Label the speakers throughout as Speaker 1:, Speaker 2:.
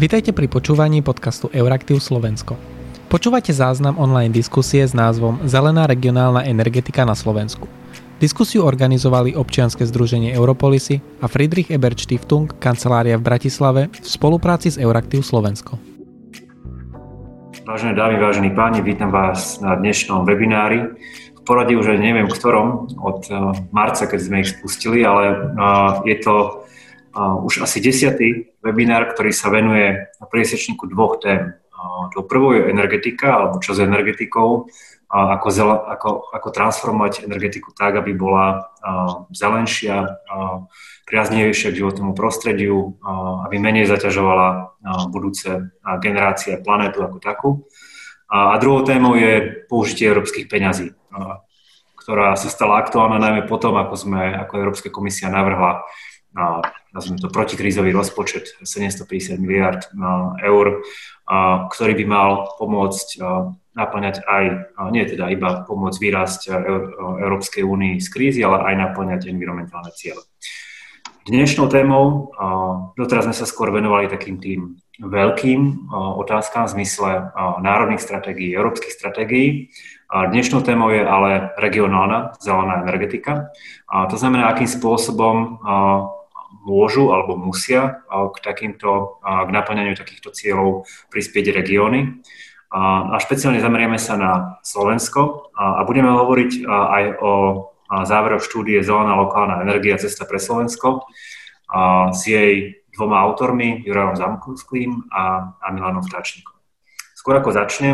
Speaker 1: Vitajte pri počúvaní podcastu Euraktiv Slovensko. Počúvate záznam online diskusie s názvom Zelená regionálna energetika na Slovensku. Diskusiu organizovali občianske združenie Europolisy a Friedrich Ebert Stiftung, kancelária v Bratislave v spolupráci s Euraktiv Slovensko.
Speaker 2: Vážené dámy, vážení páni, vítam vás na dnešnom webinári. V poradí už neviem ktorom, od marca, keď sme ich spustili, ale je to už asi 10. webinár, ktorý sa venuje priesečníku dvoch tém. To prvou je energetika, alebo čo s energetikou, ako transformovať energetiku tak, aby bola zelenšia, priaznivejšia k životnému prostrediu, aby menej zaťažovala budúce generácie a planétu ako takú. A druhou témou je použitie európskych peňazí, ktorá sa stala aktuálna najmä potom, ako Európska komisia navrhla nazvime to protikrízový rozpočet 750 miliard eur, ktorý by mal pomôcť naplňať aj, nie teda iba pomôcť vyrásť Európskej únii z krízy, ale aj naplňať environmentálne ciele. Dnešnou témou, doteraz sme sa skôr venovali takým tým veľkým otázkam v zmysle národných stratégií, európskych stratégií. Dnešnou témou je ale regionálna zelená energetika. To znamená, akým spôsobom môžu alebo musia k naplňaniu takýchto cieľov prispieť regióny. A špeciálne zameriame sa na Slovensko a budeme hovoriť aj o záveroch štúdie Zelená lokálna energia cesta pre Slovensko s jej dvoma autormi, Jurajom Zamkovským a Milanom Vtáčnikom. Skôr ako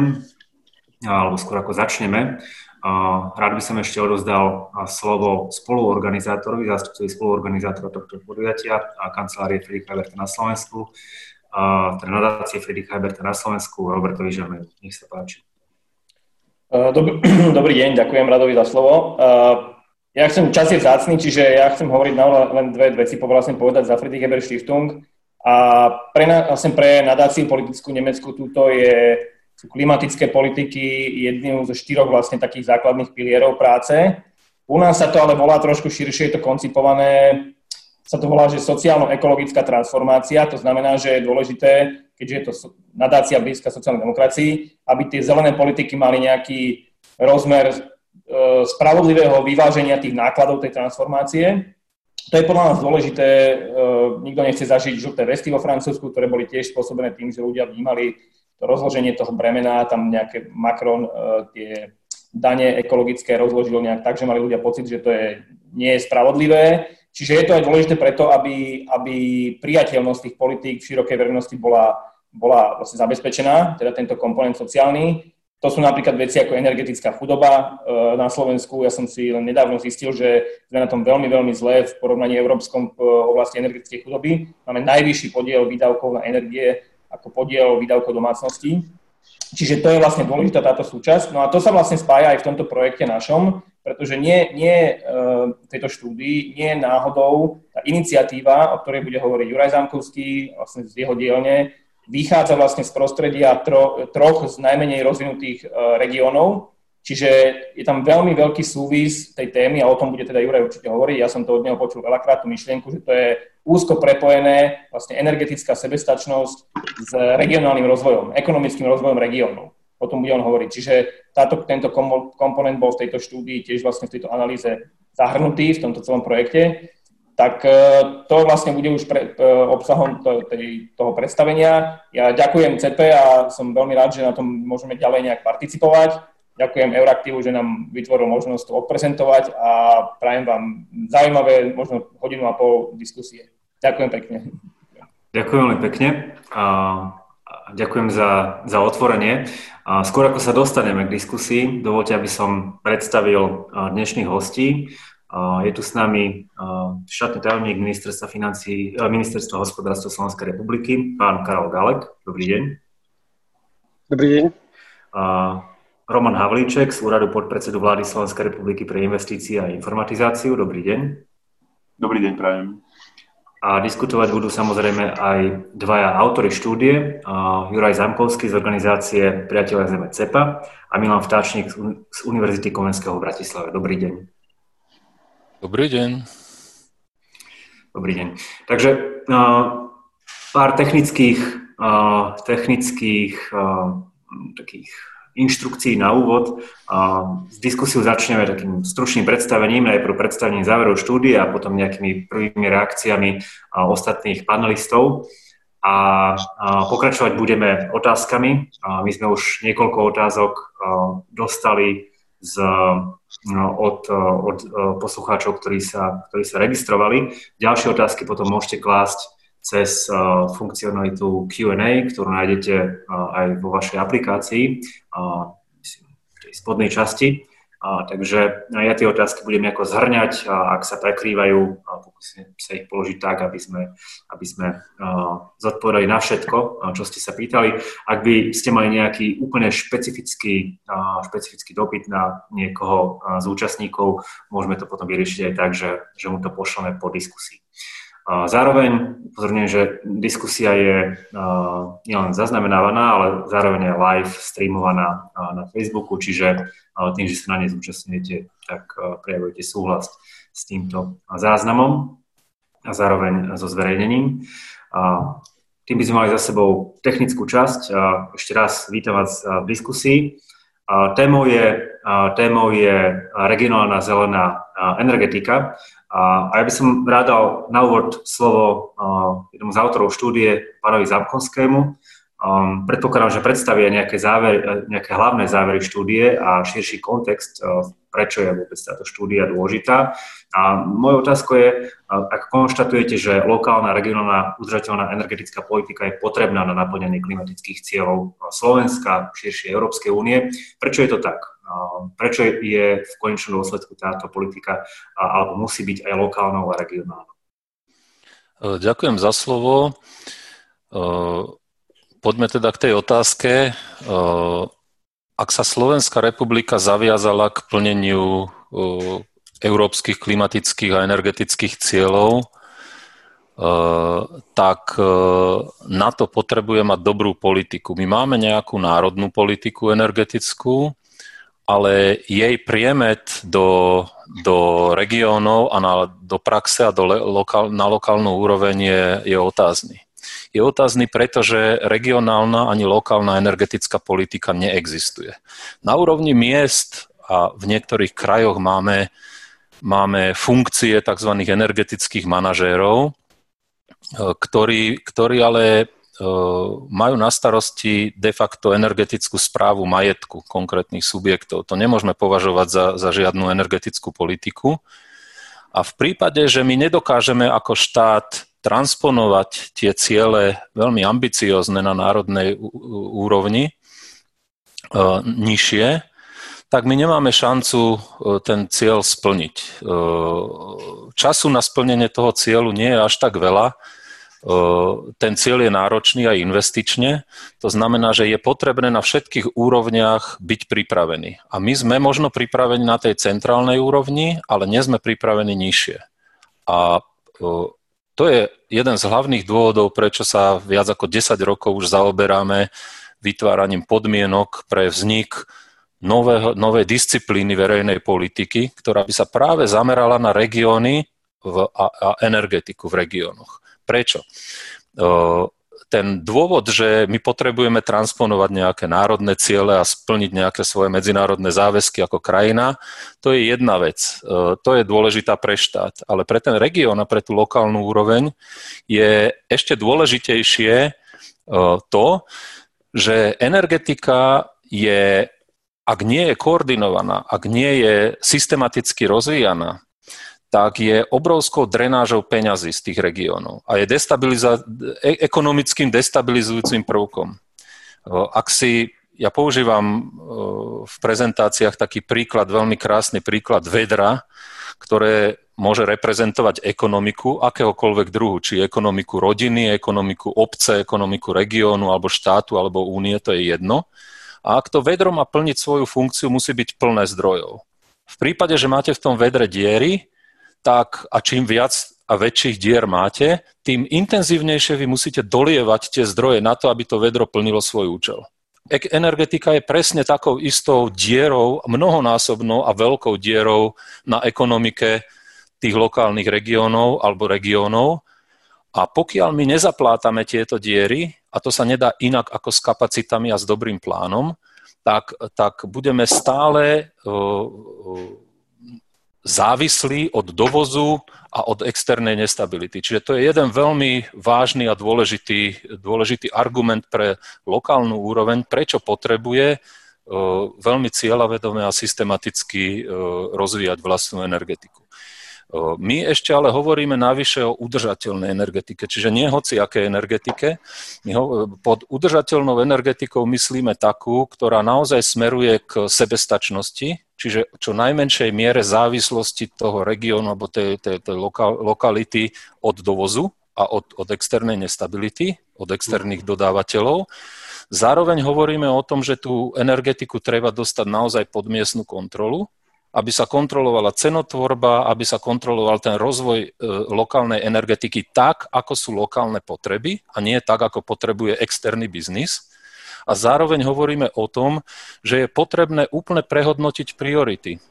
Speaker 2: začneme, rád by som ešte odovzdal slovo spoluorganizátorovi, zástupcovi spoluorganizátora tohto podujatia a kancelárie Friedricha Eberta na Slovensku, teda nadácie Friedricha Eberta na Slovensku, Robertovi Žamelu. Nech sa páči.
Speaker 3: Dobrý deň, ďakujem Radovi za slovo. Ja chcem, čas je vzácny, čiže ja chcem hovoriť len dve veci, povedať za Friedrich Ebert Stiftung. A pre nadáciu politickú Nemecku sú klimatické politiky jedným zo 4 vlastne takých základných pilierov práce. U nás sa to ale volá trošku širšie, je to koncipované, sa to volá, že sociálno-ekologická transformácia, to znamená, že je dôležité, keďže je to nadácia blízka sociálnej demokracii, aby tie zelené politiky mali nejaký rozmer spravodlivého vyváženia tých nákladov tej transformácie. To je podľa nás dôležité, nikto nechce zažiť žlté vesty vo Francúzsku, ktoré boli tiež spôsobené tým, že ľudia vnímali to rozloženie toho bremena, tam nejaké Macron tie dane ekologické rozložil nejak tak, že mali ľudia pocit, že to nie je spravodlivé. Čiže je to aj dôležité preto, aby priateľnosť tých politík v širokej verejnosti bola vlastne zabezpečená, teda tento komponent sociálny. To sú napríklad veci ako energetická chudoba na Slovensku. Ja som si len nedávno zistil, že sme na tom veľmi, veľmi zle v porovnaní európskom v oblasti energetickej chudoby. Máme najvyšší podiel výdavkov na energie ako podiel výdavkov domácností. Čiže to je vlastne dôležitá táto súčasť. No a to sa vlastne spája aj v tomto projekte našom, pretože v tejto štúdii nie je náhodou tá iniciatíva, o ktorej bude hovoriť Juraj Zamkovský, vlastne z jeho dielne, vychádza vlastne z prostredia troch z najmenej rozvinutých regiónov. Čiže je tam veľmi veľký súvis tej témy a o tom bude teda Juraj určite hovoriť. Ja som to od neho počul veľakrát, tú myšlienku, že to je úzko prepojené vlastne energetická sebestačnosť s regionálnym rozvojom, ekonomickým rozvojom regiónov. O tom bude on hovoriť. Čiže tento komponent bol v tejto štúdii tiež vlastne v tejto analýze zahrnutý v tomto celom projekte. Tak to vlastne bude už obsahom toho predstavenia. Ja ďakujem CP a som veľmi rád, že na tom môžeme ďalej nejak participovať. Ďakujem Euraktivu, že nám vytvoril možnosť to odprezentovať a prajem vám zaujímavé, možno 1,5 hodiny diskusie. Ďakujem pekne.
Speaker 2: Ďakujem veľmi pekne a ďakujem za otvorenie. Skôr ako sa dostaneme k diskusii, dovoľte, aby som predstavil dnešných hostí. Je tu s nami štátny tajomník Ministerstva hospodárstva Slovenskej republiky, pán Karol Galek. Dobrý deň.
Speaker 4: Dobrý deň.
Speaker 2: Roman Havlíček z úradu podpredsedu vlády Slovenskej republiky pre investície a informatizáciu. Dobrý deň.
Speaker 4: Dobrý deň, prajem.
Speaker 2: A diskutovať budú samozrejme aj dvaja autori štúdie, Juraj Zamkovský z organizácie Priatelia Zeme CEPA a Milan Vtáčnik z Univerzity Komenského v Bratislave. Dobrý deň.
Speaker 5: Dobrý deň.
Speaker 2: Dobrý deň. Takže pár technických technických takých inštrukcií na úvod. Diskusiu začneme takým stručným predstavením, najprv predstavením záverov štúdie a potom nejakými prvými reakciami ostatných panelistov. A pokračovať budeme otázkami. My sme už niekoľko otázok dostali od poslucháčov, ktorí sa registrovali. Ďalšie otázky potom môžete klásť cez funkcionalitu Q&A, ktorú nájdete aj vo vašej aplikácii v tej spodnej časti. Takže ja tie otázky budem nejako zhrňať, ak sa prekrývajú, pokúsim sa ich položiť tak, aby sme zodpovedali na všetko, čo ste sa pýtali. Ak by ste mali nejaký úplne špecifický dopyt na niekoho z účastníkov, môžeme to potom vyriešiť aj tak, že mu to pošleme po diskusii. Zároveň upozorňujem, že diskusia je nielen zaznamenávaná, ale zároveň je live streamovaná na Facebooku, čiže tým, že sa na nej zúčastňujete, tak prejavujete súhlas s týmto záznamom a zároveň so zverejnením. Tým by sme mali za sebou technickú časť. Ešte raz vítam vás v diskusii. Témou je regionálna zelená energetika. A ja by som rád dal na úvod slovo jednomu z autorov štúdie, pánovi Zábkonskému. Predpokladám, že predstavia nejaké hlavné závery štúdie a širší kontext, prečo je vôbec táto štúdia dôležitá. A mojou otázkou je, ak konštatujete, že lokálna, regionálna, udržateľná energetická politika je potrebná na naplnenie klimatických cieľov Slovenska, širšej Európskej únie, prečo je to tak? Prečo je v konečnom dôsledku táto politika alebo musí byť aj lokálnou a regionálnou?
Speaker 5: Ďakujem za slovo. Poďme teda k tej otázke. Ak sa Slovenská republika zaviazala k plneniu európskych klimatických a energetických cieľov, tak na to potrebuje mať dobrú politiku. My máme nejakú národnú politiku energetickú, ale jej priemet do regiónov a do praxe a na lokálnu úroveň je otázny. Je otázny, pretože regionálna ani lokálna energetická politika neexistuje. Na úrovni miest a v niektorých krajoch máme funkcie tzv. Energetických manažérov, ktorí ale majú na starosti de facto energetickú správu majetku konkrétnych subjektov. To nemôžeme považovať za žiadnu energetickú politiku. A v prípade, že my nedokážeme ako štát transponovať tie ciele veľmi ambiciózne na národnej úrovni, nižšie, tak my nemáme šancu ten cieľ splniť. Času na splnenie toho cieľu nie je až tak veľa. Ten cieľ je náročný aj investične, to znamená, že je potrebné na všetkých úrovniach byť pripravení. A my sme možno pripravení na tej centrálnej úrovni, ale nie sme pripravení nižšie. A to je jeden z hlavných dôvodov, prečo sa viac ako 10 rokov už zaoberáme vytváraním podmienok pre vznik novej disciplíny verejnej politiky, ktorá by sa práve zamerala na regióny a energetiku v regiónoch. Prečo? Ten dôvod, že my potrebujeme transponovať nejaké národné ciele a splniť nejaké svoje medzinárodné záväzky ako krajina, to je jedna vec. To je dôležitá pre štát. Ale pre ten región a pre tú lokálnu úroveň je ešte dôležitejšie to, že energetika je, ak nie je koordinovaná, ak nie je systematicky rozvíjaná, tak je obrovskou drenážou peňazí z tých regiónov a je ekonomickým destabilizujúcim prvkom. Ja používam v prezentáciách taký príklad, veľmi krásny príklad vedra, ktoré môže reprezentovať ekonomiku akéhokoľvek druhu, či ekonomiku rodiny, ekonomiku obce, ekonomiku regiónu, alebo štátu, alebo únie, to je jedno. A ak to vedro má plniť svoju funkciu, musí byť plné zdrojov. V prípade, že máte v tom vedre diery, tak a čím viac a väčších dier máte, tým intenzívnejšie vy musíte dolievať tie zdroje na to, aby to vedro plnilo svoj účel. Energetika je presne takou istou dierou, mnohonásobnou a veľkou dierou na ekonomike tých lokálnych regiónov alebo regiónov. A pokiaľ my nezaplátame tieto diery a to sa nedá inak ako s kapacitami a s dobrým plánom, tak budeme stále závislí od dovozu a od externej nestability. Čiže to je jeden veľmi vážny a dôležitý argument pre lokálnu úroveň, prečo potrebuje veľmi cieľavedome a systematicky rozvíjať vlastnú energetiku. My ešte ale hovoríme navyše o udržateľnej energetike, čiže nie hociaké energetike. Pod udržateľnou energetikou myslíme takú, ktorá naozaj smeruje k sebestačnosti, čiže čo najmenšej miere závislosti toho regiónu alebo tej lokality od dovozu a od externej nestability, od externých dodávateľov. Zároveň hovoríme o tom, že tú energetiku treba dostať naozaj pod miestnu kontrolu, aby sa kontrolovala cenotvorba, aby sa kontroloval ten rozvoj lokálnej energetiky tak, ako sú lokálne potreby a nie tak, ako potrebuje externý biznis. A zároveň hovoríme o tom, že je potrebné úplne prehodnotiť priority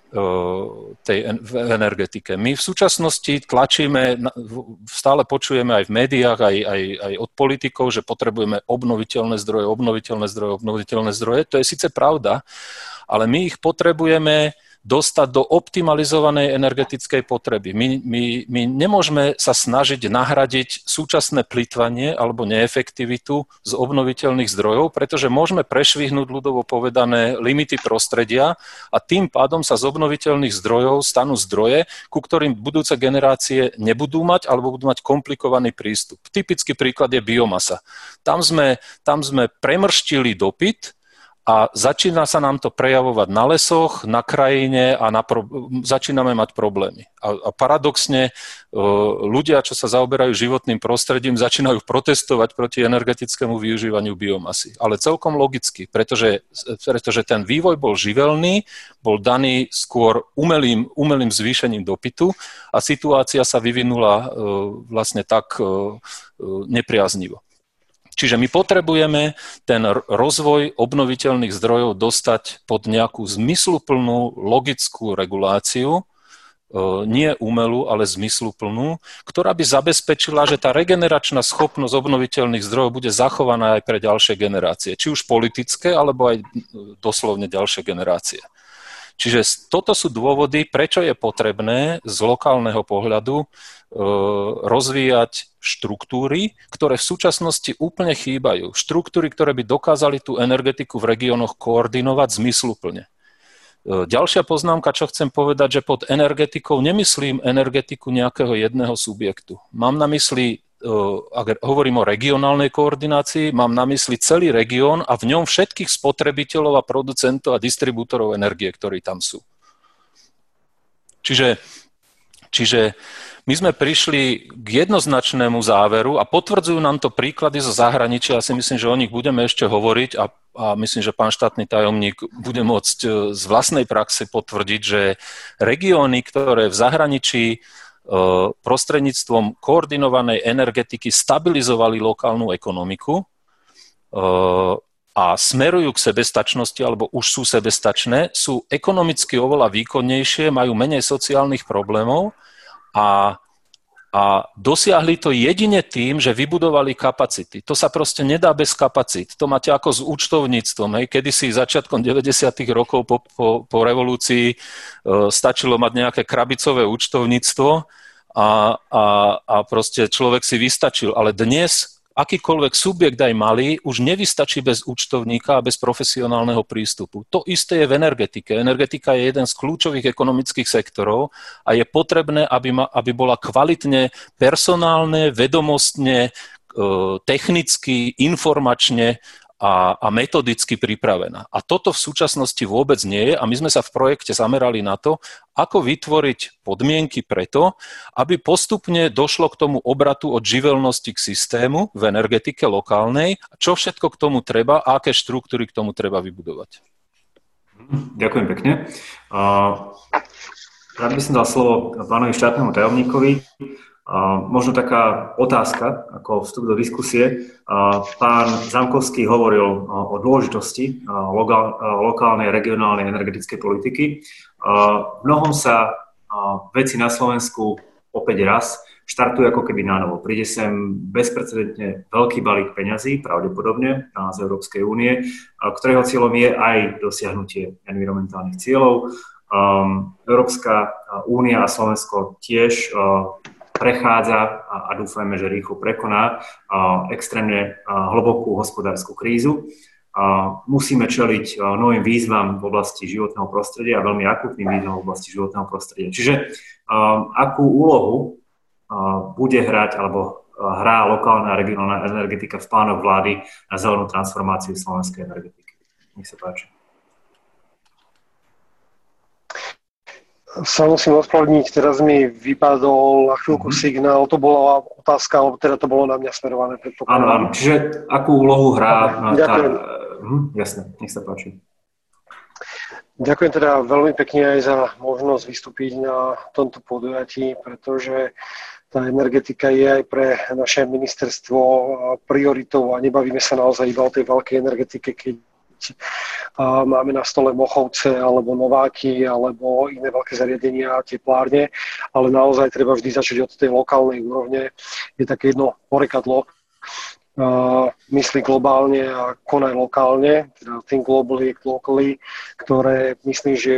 Speaker 5: tej energetike. My v súčasnosti tlačíme, stále počujeme aj v médiách, aj od politikov, že potrebujeme obnoviteľné zdroje. To je síce pravda, ale my ich potrebujeme dostať do optimalizovanej energetickej potreby. My nemôžeme sa snažiť nahradiť súčasné plytvanie alebo neefektivitu z obnoviteľných zdrojov, pretože môžeme prešvihnúť ľudovo povedané limity prostredia a tým pádom sa z obnoviteľných zdrojov stanú zdroje, ku ktorým budúce generácie nebudú mať alebo budú mať komplikovaný prístup. Typický príklad je biomasa. Tam sme premrštili dopyt, a začína sa nám to prejavovať na lesoch, na krajine a začíname mať problémy. A paradoxne ľudia, čo sa zaoberajú životným prostredím, začínajú protestovať proti energetickému využívaniu biomasy. Ale celkom logicky, pretože ten vývoj bol živelný, bol daný skôr umelým zvýšením dopytu a situácia sa vyvinula vlastne tak nepriaznivo. Čiže my potrebujeme ten rozvoj obnoviteľných zdrojov dostať pod nejakú zmysluplnú logickú reguláciu, nie umelú, ale zmysluplnú, ktorá by zabezpečila, že tá regeneračná schopnosť obnoviteľných zdrojov bude zachovaná aj pre ďalšie generácie, či už politické, alebo aj doslovne ďalšie generácie. Čiže toto sú dôvody, prečo je potrebné z lokálneho pohľadu rozvíjať štruktúry, ktoré v súčasnosti úplne chýbajú. Štruktúry, ktoré by dokázali tú energetiku v regiónoch koordinovať zmysluplne. Ďalšia poznámka, čo chcem povedať, že pod energetikou nemyslím energetiku nejakého jedného subjektu. Mám na mysli, ak hovorím o regionálnej koordinácii, mám na mysli celý región a v ňom všetkých spotrebiteľov a producentov a distribútorov energie, ktorí tam sú. Čiže my sme prišli k jednoznačnému záveru a potvrdzujú nám to príklady zo zahraničia. Ja si myslím, že o nich budeme ešte hovoriť a myslím, že pán štátny tajomník bude môcť z vlastnej praxe potvrdiť, že regióny, ktoré v zahraničí prostredníctvom koordinovanej energetiky stabilizovali lokálnu ekonomiku a smerujú k sebestačnosti, alebo už sú sebestačné, sú ekonomicky oveľa výkonnejšie, majú menej sociálnych problémov a dosiahli to jedine tým, že vybudovali kapacity. To sa proste nedá bez kapacít. To máte ako s účtovníctvom. Kedysi začiatkom 90. rokov po revolúcii stačilo mať nejaké krabicové účtovníctvo a proste človek si vystačil. Ale dnes akýkoľvek subjekt aj malý už nevystačí bez účtovníka a bez profesionálneho prístupu. To isté je v energetike. Energetika je jeden z kľúčových ekonomických sektorov a je potrebné, aby bola kvalitne personálne, vedomostne, technicky, informačne a metodicky pripravená. A toto v súčasnosti vôbec nie je a my sme sa v projekte zamerali na to, ako vytvoriť podmienky preto, aby postupne došlo k tomu obratu od živelnosti k systému v energetike lokálnej, čo všetko k tomu treba a aké štruktúry k tomu treba vybudovať.
Speaker 2: Ďakujem pekne. Rád by som dal slovo pánovi štátnemu tajomníkovi. Možno taká otázka, ako vstup do diskusie. Pán Zamkovský hovoril o dôležitosti lokálnej, regionálnej energetickej politiky. Mnohom sa veci na Slovensku opäť raz štartuje ako keby na novo. Príde sem bezprecedentne veľký balík peňazí, pravdepodobne z Európskej únie, ktorého cieľom je aj dosiahnutie environmentálnych cieľov. Európska únia a Slovensko tiež prechádza a dúfajme, že rýchlo prekoná extrémne hlbokú hospodársku krízu. Musíme čeliť novým výzvam v oblasti životného prostredia a veľmi akútnym výzvam v oblasti životného prostredia. Čiže akú úlohu bude hrať alebo hrá lokálna a regionálna energetika v plánoch vlády na zelenú transformáciu slovenskej energetiky? Nech sa páči.
Speaker 6: Sa musím ospravedlniť, teraz mi vypadol na chvíľku signál, to bola otázka, alebo teda to bolo na mňa smerované.
Speaker 2: Áno, čiže akú úlohu hrá jasne, nech sa páči.
Speaker 6: Ďakujem teda veľmi pekne aj za možnosť vystúpiť na tomto podujatí, pretože tá energetika je aj pre naše ministerstvo prioritou a nebavíme sa naozaj iba o tej veľkej energetike, keď máme na stole Mochovce alebo Nováky alebo iné veľké zariadenia, teplárne, ale naozaj treba vždy začať od tej lokálnej úrovne. Je také jedno porekadlo, myslí globálne a konaj lokálne, teda think globally, act locally, ktoré myslím, že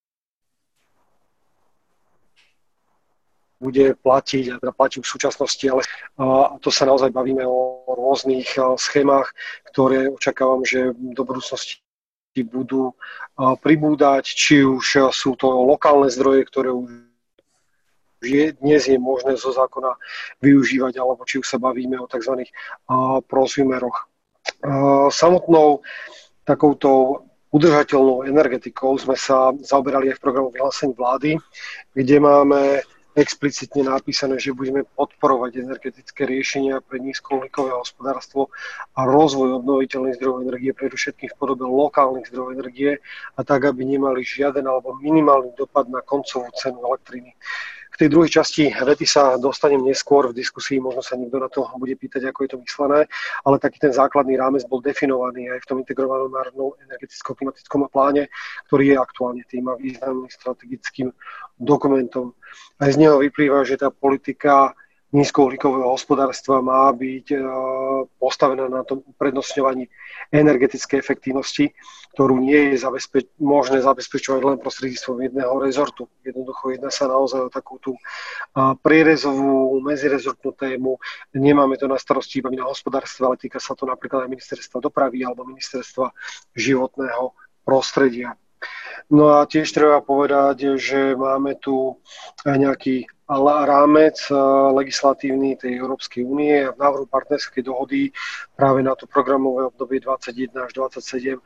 Speaker 6: bude platiť, a teda platí v súčasnosti, ale to sa naozaj bavíme o rôznych schémach, ktoré očakávam, že do budúcnosti budú pribúdať, či už sú to lokálne zdroje, ktoré už dnes je možné zo zákona využívať, alebo či už sa bavíme o tzv. Prosumeroch. Samotnou takouto udržateľnou energetikou sme sa zaoberali aj v programu vyhlásení vlády, kde máme explicitne napísané, že budeme podporovať energetické riešenia pre nízkouhlíkové hospodárstvo a rozvoj obnoviteľných zdrojov energie, predovšetkým v podobe lokálnych zdrojov energie a tak, aby nemali žiaden alebo minimálny dopad na koncovú cenu elektriny. K tej druhej časti vety sa dostanem neskôr v diskusii, možno sa niekto na to bude pýtať, ako je to myslené, ale taký ten základný rámec bol definovaný aj v tom integrovanom národnom energeticko-klimatickom pláne, ktorý je aktuálne tým a významným strategickým dokumentom. Aj z neho vyplýva, že tá politika nízkouhlíkového hospodárstva má byť postavená na tom uprednostňovaní energetickej efektívnosti, ktorú nie je možné zabezpečovať len prostredníctvom jedného rezortu. Jednoducho jedná sa naozaj o takú tú prierezovú, medzirezortnú tému. Nemáme to na starosti iba na hospodárstve, ale týka sa to napríklad aj ministerstva dopravy alebo ministerstva životného prostredia. No a tiež treba povedať, že máme tu nejaký rámec legislatívny tej Európskej únie a v návrhu partnerskej dohody práve na to programové obdobie 21 až 27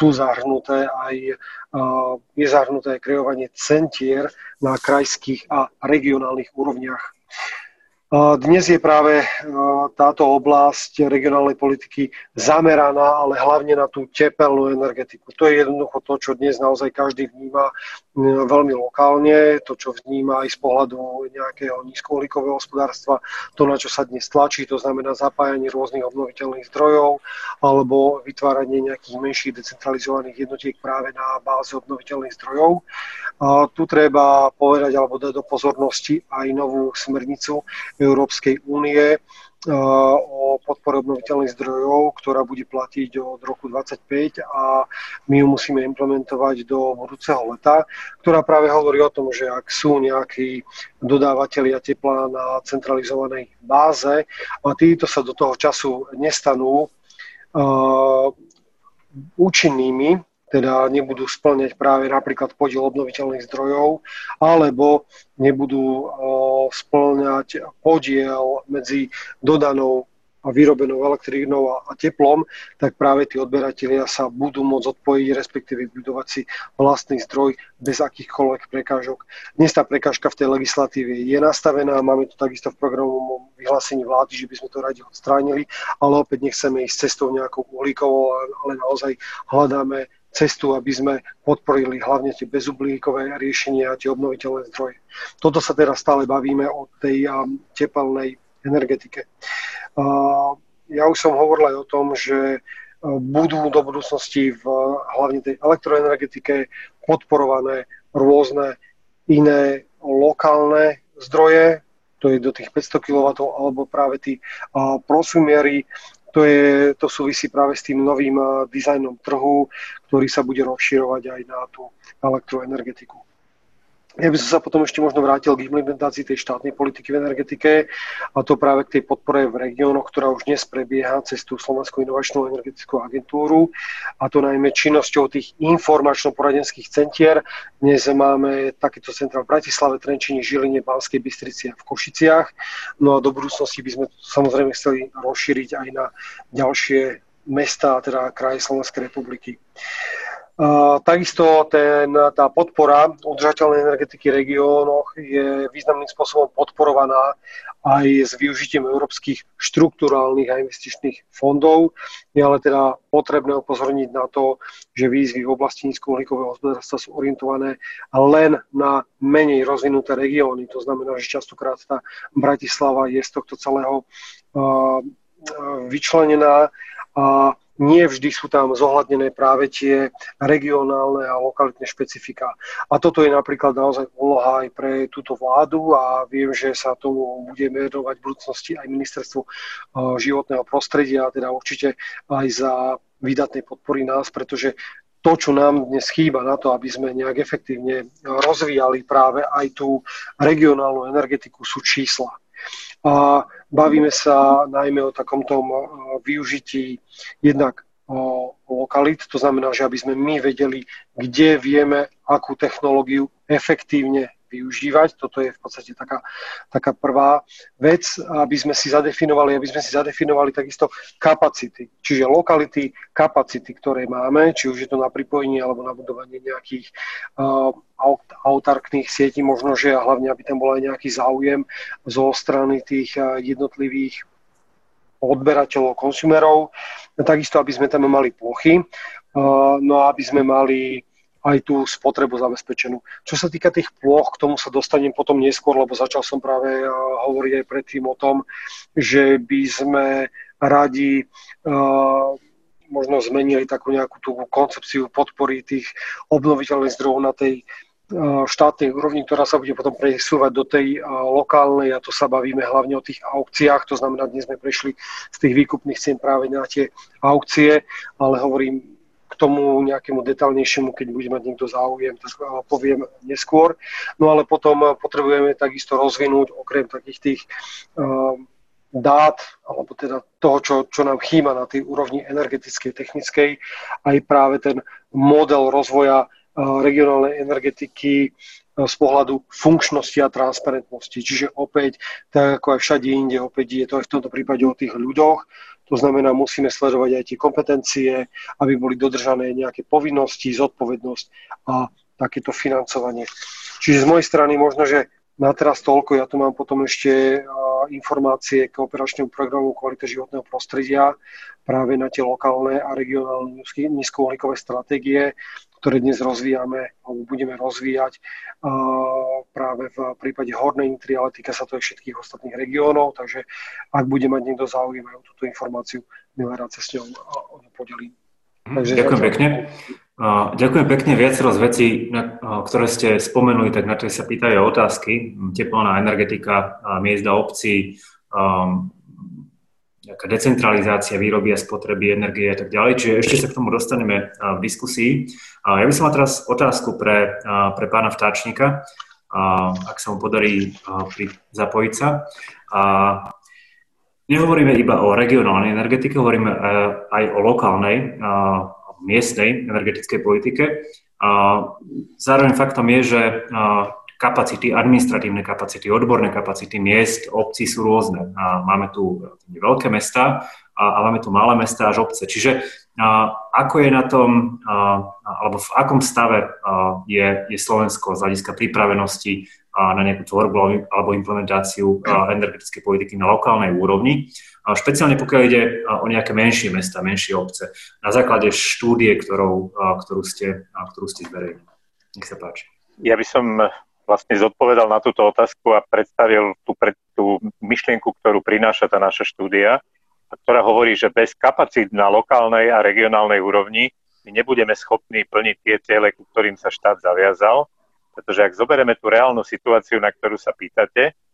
Speaker 6: je zahrnuté aj kreovanie centier na krajských a regionálnych úrovniach. Dnes je práve táto oblasť regionálnej politiky zameraná, ale hlavne na tú tepelnú energetiku. To je jednoducho to, čo dnes naozaj každý vníma veľmi lokálne, to, čo vníma aj z pohľadu nejakého nízkouhlíkového hospodárstva, to, na čo sa dnes tlačí, to znamená zapájanie rôznych obnoviteľných zdrojov alebo vytváranie nejakých menších decentralizovaných jednotiek práve na báze obnoviteľných zdrojov. Tu treba povedať alebo dať do pozornosti aj novú smernicu Európskej únie o podpore obnoviteľných zdrojov, ktorá bude platiť od roku 2025 a my ju musíme implementovať do budúceho leta, ktorá práve hovorí o tom, že ak sú nejakí dodávateľia tepla na centralizovanej báze a títo sa do toho času nestanú účinnými, teda nebudú spĺňať práve napríklad podiel obnoviteľných zdrojov, alebo nebudú spĺňať podiel medzi dodanou a vyrobenou elektrínou a teplom, tak práve tí odberatelia sa budú môcť odpojiť, respektíve budovať si vlastný zdroj bez akýchkoľvek prekážok. Dnes tá prekážka v tej legislatíve je nastavená, máme to takisto v programovom vyhlásení vlády, že by sme to radi odstránili, ale opäť nechceme ísť cestou nejakou uhlíkovou, ale naozaj hľadáme cestu, aby sme podporili hlavne tie bezuhlíkové riešenia a tie obnoviteľné zdroje. Toto sa teraz stále bavíme o tej tepelnej energetike. Ja už som hovoril aj o tom, že budú do budúcnosti v hlavne tej elektroenergetike podporované rôzne iné lokálne zdroje, to je do tých 500 kW, alebo práve tí prosumery, to súvisí práve s tým novým dizajnom trhu, ktorý sa bude rozširovať aj na tú elektroenergetiku. Ja by som sa potom ešte možno vrátil k implementácii tej štátnej politiky v energetike, a to práve k tej podpore v regiónoch, ktorá už dnes prebieha cez tú Slovenskú inovačnú energetickú agentúru, a to najmä činnosťou tých informačno-poradenských centier. Dnes máme takéto centra v Bratislave, Trenčíne, Žiline, Banskej Bystrici a v Košiciach. No a do budúcnosti by sme samozrejme chceli rozšíriť aj na ďalšie mestá, teda kraje Slovenskej republiky. Takisto tá podpora udržateľnej energetiky v regiónoch je významným spôsobom podporovaná aj s využitím európskych štrukturálnych a investičných fondov. Je ale teda potrebné upozorniť na to, že výzvy v oblasti nízkouhlíkového hospodárstva sú orientované len na menej rozvinuté regióny. To znamená, že častokrát tá Bratislava je z tohto celého vyčlenená a nie vždy sú tam zohľadnené práve tie regionálne a lokalitné špecifika. A toto je napríklad naozaj úloha aj pre túto vládu a viem, že sa tomu bude venovať v budúcnosti aj Ministerstvo životného prostredia, a teda určite aj za výdatnej podpory nás, pretože to, čo nám dnes chýba na to, aby sme nejak efektívne rozvíjali práve aj tú regionálnu energetiku, sú čísla. A bavíme sa najmä o takomto využití jednak lokalít, to znamená, že aby sme my vedeli, kde vieme akú technológiu efektívne využívať. Toto je v podstate taká prvá vec, aby sme si zadefinovali takisto kapacity, čiže lokality, kapacity, ktoré máme, či už je to na pripojenie alebo na budovanie nejakých autarkných sietí, možno, že a hlavne, aby tam bol aj nejaký záujem zo strany tých jednotlivých odberateľov, konsumerov, takisto, aby sme tam mali plochy, no a aby sme mali aj tú spotrebu zabezpečenú. Čo sa týka tých ploch, k tomu sa dostanem potom neskôr, lebo začal som práve hovoriť aj predtým o tom, že by sme radi možno zmenili takú nejakú tú koncepciu podpory tých obnoviteľných zdrojov na tej štátnej úrovni, ktorá sa bude potom presúvať do tej lokálnej, a to sa bavíme hlavne o tých aukciách, to znamená, dnes sme prešli z tých výkupných cien práve na tie aukcie, ale hovorím k tomu nejakému detailnejšiemu, keď bude mať niekto záujem, tak poviem neskôr. No ale potom potrebujeme takisto rozvinúť okrem takých tých dát, alebo teda toho, čo nám chýba na tej úrovni energetickej, technickej, aj práve ten model rozvoja regionálnej energetiky z pohľadu funkčnosti a transparentnosti. Čiže opäť, tak ako aj všade inde, opäť je to aj v tomto prípade o tých ľuďoch. To znamená, musíme sledovať aj tie kompetencie, aby boli dodržané nejaké povinnosti, zodpovednosť a takéto financovanie. Čiže z mojej strany možno, že na teraz toľko. Ja tu mám potom ešte informácie k operačnému programu Kvalita životného prostredia práve na tie lokálne a regionálne nízkouhlíkové stratégie, ktoré dnes rozvíjame alebo budeme rozvíjať práve v prípade Hornej Nitry, ale týka sa to aj všetkých ostatných regiónov, takže ak bude mať niekto záujem aj o túto informáciu, milé rád sa s ňou podelím.
Speaker 2: Ďakujem pekne. Ďakujem pekne. Viacero z vecí, ktoré ste spomenuli, tak na to sa pýtajú otázky. Teplná energetika, miesta obcí, nejaká decentralizácia výroby a spotreby energie a tak ďalej. Čiže ešte sa k tomu dostaneme v diskusii. Ja by som mal teraz otázku pre pána Vtáčnika, ak sa mu podarí zapojiť sa. Nehovoríme iba o regionálnej energetike, hovoríme aj o lokálnej, miestnej energetickej politike. Zároveň faktom je, že kapacity, administratívne kapacity, odborné kapacity miest, obcí sú rôzne. Máme tu veľké mestá a máme tu malé mestá až obce. Čiže ako je na tom, alebo v akom stave je Slovensko z hľadiska pripravenosti na nejakú tvorbu alebo implementáciu energetickej politiky na lokálnej úrovni, špeciálne pokiaľ ide o nejaké menšie mesta, menšie obce, na základe štúdie, ktorú ste zverejnili. Nech sa páči.
Speaker 7: Ja by som vlastne zodpovedal na túto otázku a predstavil tú myšlienku, ktorú prináša tá naša štúdia, ktorá hovorí, že bez kapacít na lokálnej a regionálnej úrovni my nebudeme schopní plniť tie ciele, ku ktorým sa štát zaviazal, pretože ak zoberieme tú reálnu situáciu, na ktorú sa pýtate, tak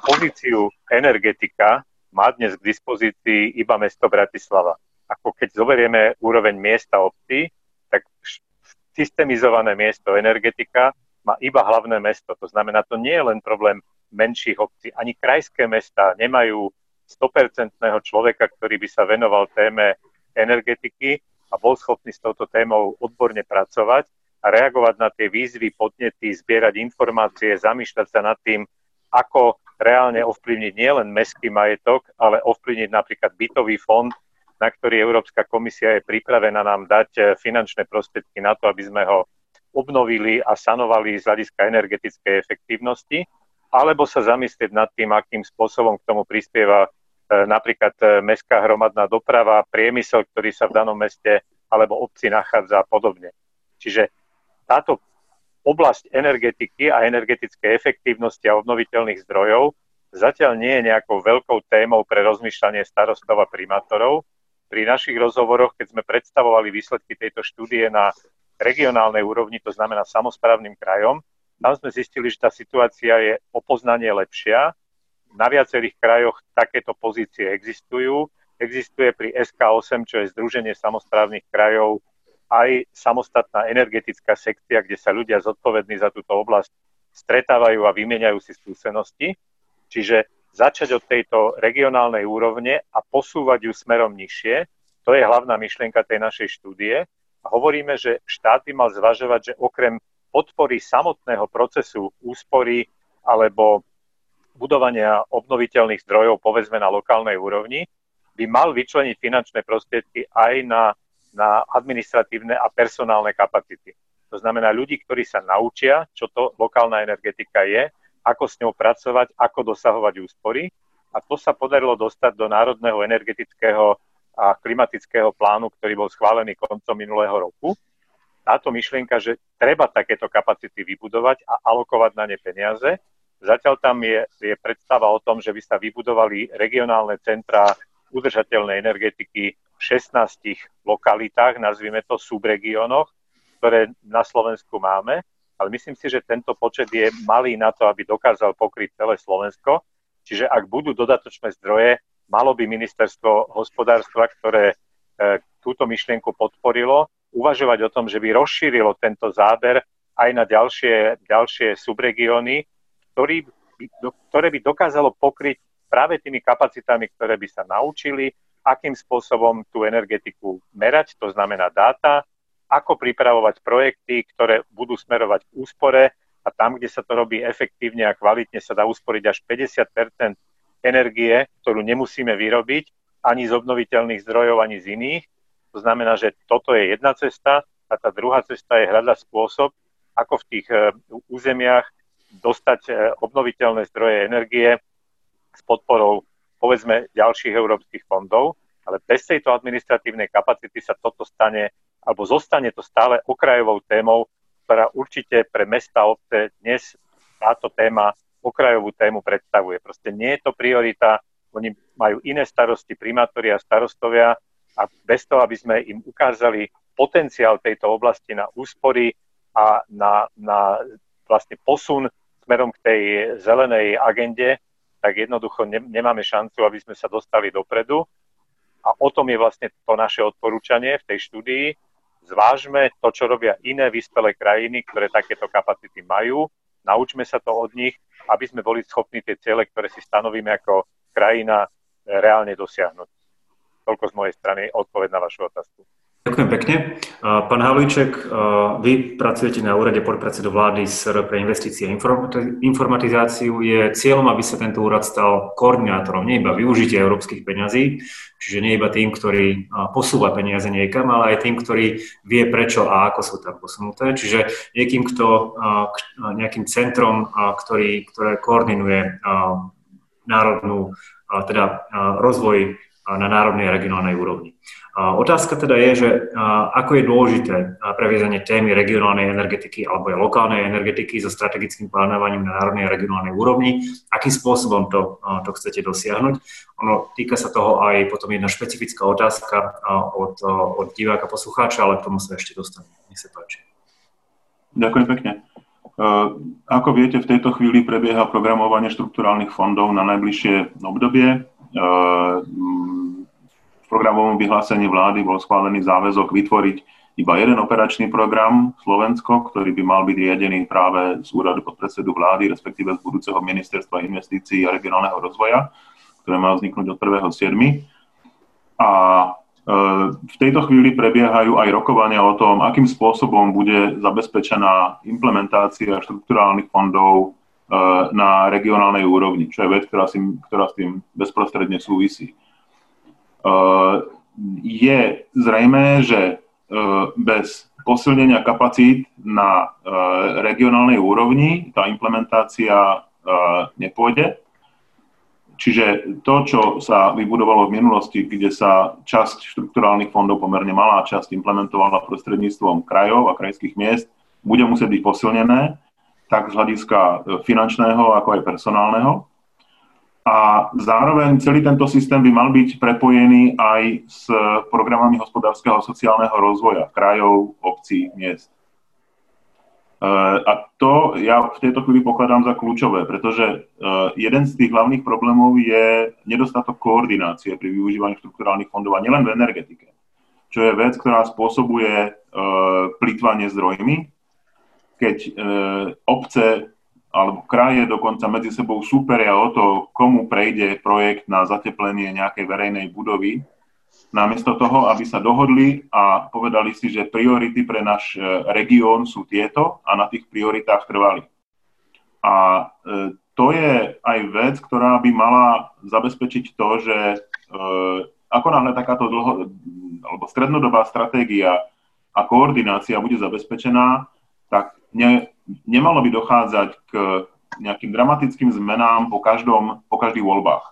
Speaker 7: pozíciu energetika má dnes k dispozícii iba mesto Bratislava. Ako keď zoberieme úroveň miesta obcí, tak systemizované miesto energetika má iba hlavné mesto. To znamená, to nie je len problém menších obcí. Ani krajské mestá nemajú 100% človeka, ktorý by sa venoval téme energetiky a bol schopný s touto témou odborne pracovať a reagovať na tie výzvy, podnety, zbierať informácie, zamýšľať sa nad tým, ako reálne ovplyvniť nielen mestský majetok, ale ovplyvniť napríklad bytový fond, na ktorý Európska komisia je pripravená nám dať finančné prostriedky na to, aby sme ho obnovili a sanovali z hľadiska energetickej efektívnosti, alebo sa zamyslieť nad tým, akým spôsobom k tomu prispieva napríklad mestská hromadná doprava, priemysel, ktorý sa v danom meste alebo obci nachádza a podobne. Čiže táto oblasť energetiky a energetickej efektívnosti a obnoviteľných zdrojov zatiaľ nie je nejakou veľkou témou pre rozmýšľanie starostov a primátorov. Pri našich rozhovoroch, keď sme predstavovali výsledky tejto štúdie na regionálnej úrovni, to znamená samosprávnym krajom, tam sme zistili, že tá situácia je o poznanie lepšia. Na viacerých krajoch takéto pozície existujú. Existuje pri SK8, čo je Združenie samosprávnych krajov, aj samostatná energetická sekcia, kde sa ľudia zodpovední za túto oblasť stretávajú a vymieňajú si skúsenosti. Čiže začať od tejto regionálnej úrovne a posúvať ju smerom nižšie, to je hlavná myšlienka tej našej štúdie. A hovoríme, že štát by mal zvažovať, že okrem podpory samotného procesu úspory alebo budovania obnoviteľných zdrojov, povedzme na lokálnej úrovni, by mal vyčleniť finančné prostriedky aj na administratívne a personálne kapacity. To znamená ľudí, ktorí sa naučia, čo to lokálna energetika je, ako s ňou pracovať, ako dosahovať úspory. A to sa podarilo dostať do Národného energetického a klimatického plánu, ktorý bol schválený koncom minulého roku. Táto myšlienka, že treba takéto kapacity vybudovať a alokovať na ne peniaze. Zatiaľ tam je predstava o tom, že by sa vybudovali regionálne centrá udržateľnej energetiky v 16 lokalitách, nazvime to subregiónoch, ktoré na Slovensku máme, ale myslím si, že tento počet je malý na to, aby dokázal pokryť celé Slovensko. Čiže ak budú dodatočné zdroje, malo by ministerstvo hospodárstva, ktoré túto myšlienku podporilo, uvažovať o tom, že by rozšírilo tento záber aj na ďalšie subregióny, ktoré by dokázalo pokryť práve tými kapacitami, ktoré by sa naučili, akým spôsobom tú energetiku merať, to znamená dáta, ako pripravovať projekty, ktoré budú smerovať k úspore a tam, kde sa to robí efektívne a kvalitne, sa dá usporiť až 50% energie, ktorú nemusíme vyrobiť ani z obnoviteľných zdrojov, ani z iných. To znamená, že toto je jedna cesta a tá druhá cesta je hľadať spôsob, ako v tých územiach dostať obnoviteľné zdroje energie s podporou, povedzme, ďalších európskych fondov, ale bez tejto administratívnej kapacity sa toto stane, alebo zostane to stále okrajovou témou, ktorá určite pre mesta a obce dnes táto téma okrajovú tému predstavuje. Proste nie je to priorita, oni majú iné starosti, primátori a starostovia a bez toho, aby sme im ukázali potenciál tejto oblasti na úspory a na vlastne posun smerom k tej zelenej agende, tak jednoducho nemáme šancu, aby sme sa dostali dopredu. A o tom je vlastne to naše odporúčanie v tej štúdii. Zvážme to, čo robia iné vyspelé krajiny, ktoré takéto kapacity majú. Naučme sa to od nich, aby sme boli schopní tie ciele, ktoré si stanovíme ako krajina, reálne dosiahnuť. Toľko z mojej strany odpoveď na vašu otázku.
Speaker 2: Ďakujem pekne. Pán Havlíček, vy pracujete na úrade podpredsedu vlády SR pre investície a informatizáciu. Je cieľom, aby sa tento úrad stal koordinátorom, nie iba využitia európskych peňazí, čiže nie iba tým, ktorý posúva peniaze niekam, ale aj tým, ktorý vie prečo a ako sú tam posunuté. Čiže nejakým centrom, ktoré koordinuje rozvoj na národnej a regionálnej úrovni. Otázka teda je, že ako je dôležité previezanie témy regionálnej energetiky alebo aj lokálnej energetiky so strategickým plánovaním na národnej a regionálnej úrovni. Akým spôsobom to chcete dosiahnuť? Ono týka sa toho aj potom jedna špecifická otázka od diváka poslucháča, ale k tomu sa ešte dostaneme. Nech sa páči.
Speaker 4: Ďakujem pekne. Ako viete, v tejto chvíli prebieha programovanie štrukturálnych fondov na najbližšie obdobie. V programovom vyhlásení vlády bol schválený záväzok vytvoriť iba jeden operačný program Slovensko, ktorý by mal byť riadený práve z úradu podpredsedu vlády, respektíve z budúceho ministerstva investícií a regionálneho rozvoja, ktoré má vzniknúť od 1.7. A v tejto chvíli prebiehajú aj rokovania o tom, akým spôsobom bude zabezpečená implementácia štrukturálnych fondov na regionálnej úrovni, čo je vec, ktorá s tým bezprostredne súvisí. Je zrejmé, že bez posilnenia kapacít na regionálnej úrovni tá implementácia nepôjde. Čiže to, čo sa vybudovalo v minulosti, kde sa časť štrukturálnych fondov, pomerne malá časť, implementovala prostredníctvom krajov a krajských miest, bude musieť byť posilnené, tak z hľadiska finančného, ako aj personálneho. A zároveň celý tento systém by mal byť prepojený aj s programami hospodárskeho a sociálneho rozvoja krajov, obcí, miest. A to ja v tejto chvíli pokladám za kľúčové, pretože jeden z tých hlavných problémov je nedostatok koordinácie pri využívaní štrukturálnych fondov, a nielen v energetike, čo je vec, ktorá spôsobuje plytvanie zdrojmi, keď obce alebo kraje dokonca medzi sebou súperia o to, komu prejde projekt na zateplenie nejakej verejnej budovy, namiesto toho, aby sa dohodli a povedali si, že priority pre náš región sú tieto a na tých prioritách trvali. A to je aj vec, ktorá by mala zabezpečiť to, že ako náhle takáto alebo strednodobá stratégia a koordinácia bude zabezpečená, tak nemalo by dochádzať k nejakým dramatickým zmenám po každých voľbách.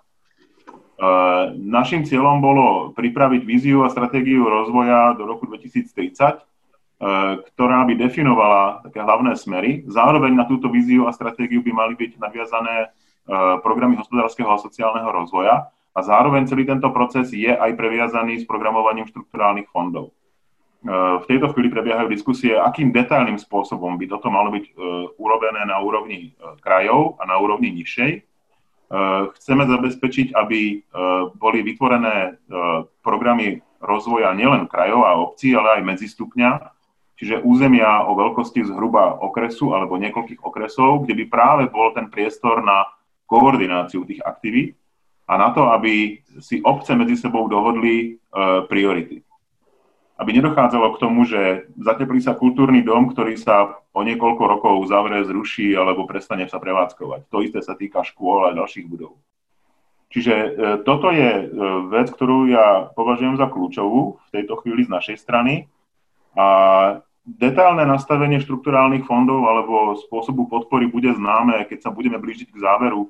Speaker 4: Naším cieľom bolo pripraviť víziu a stratégiu rozvoja do roku 2030, ktorá by definovala také hlavné smery. Zároveň na túto víziu a stratégiu by mali byť naviazané programy hospodárskeho a sociálneho rozvoja a zároveň celý tento proces je aj previazaný s programovaním štrukturálnych fondov. V tejto chvíli prebiehajú diskusie, akým detailným spôsobom by toto malo byť urobené na úrovni krajov a na úrovni nižšej. Chceme zabezpečiť, aby boli vytvorené programy rozvoja nielen krajov a obcí, ale aj medzistupňa, čiže územia o veľkosti zhruba okresu alebo niekoľkých okresov, kde by práve bol ten priestor na koordináciu tých aktivít a na to, aby si obce medzi sebou dohodli priority. Aby nedochádzalo k tomu, že zateplí sa kultúrny dom, ktorý sa o niekoľko rokov zavrie, zruší alebo prestane sa prevádzkovať. To isté sa týka škôl a ďalších budov. Čiže toto je vec, ktorú ja považujem za kľúčovú v tejto chvíli z našej strany. A detailné nastavenie štrukturálnych fondov alebo spôsobu podpory bude známe, keď sa budeme blížiť k záveru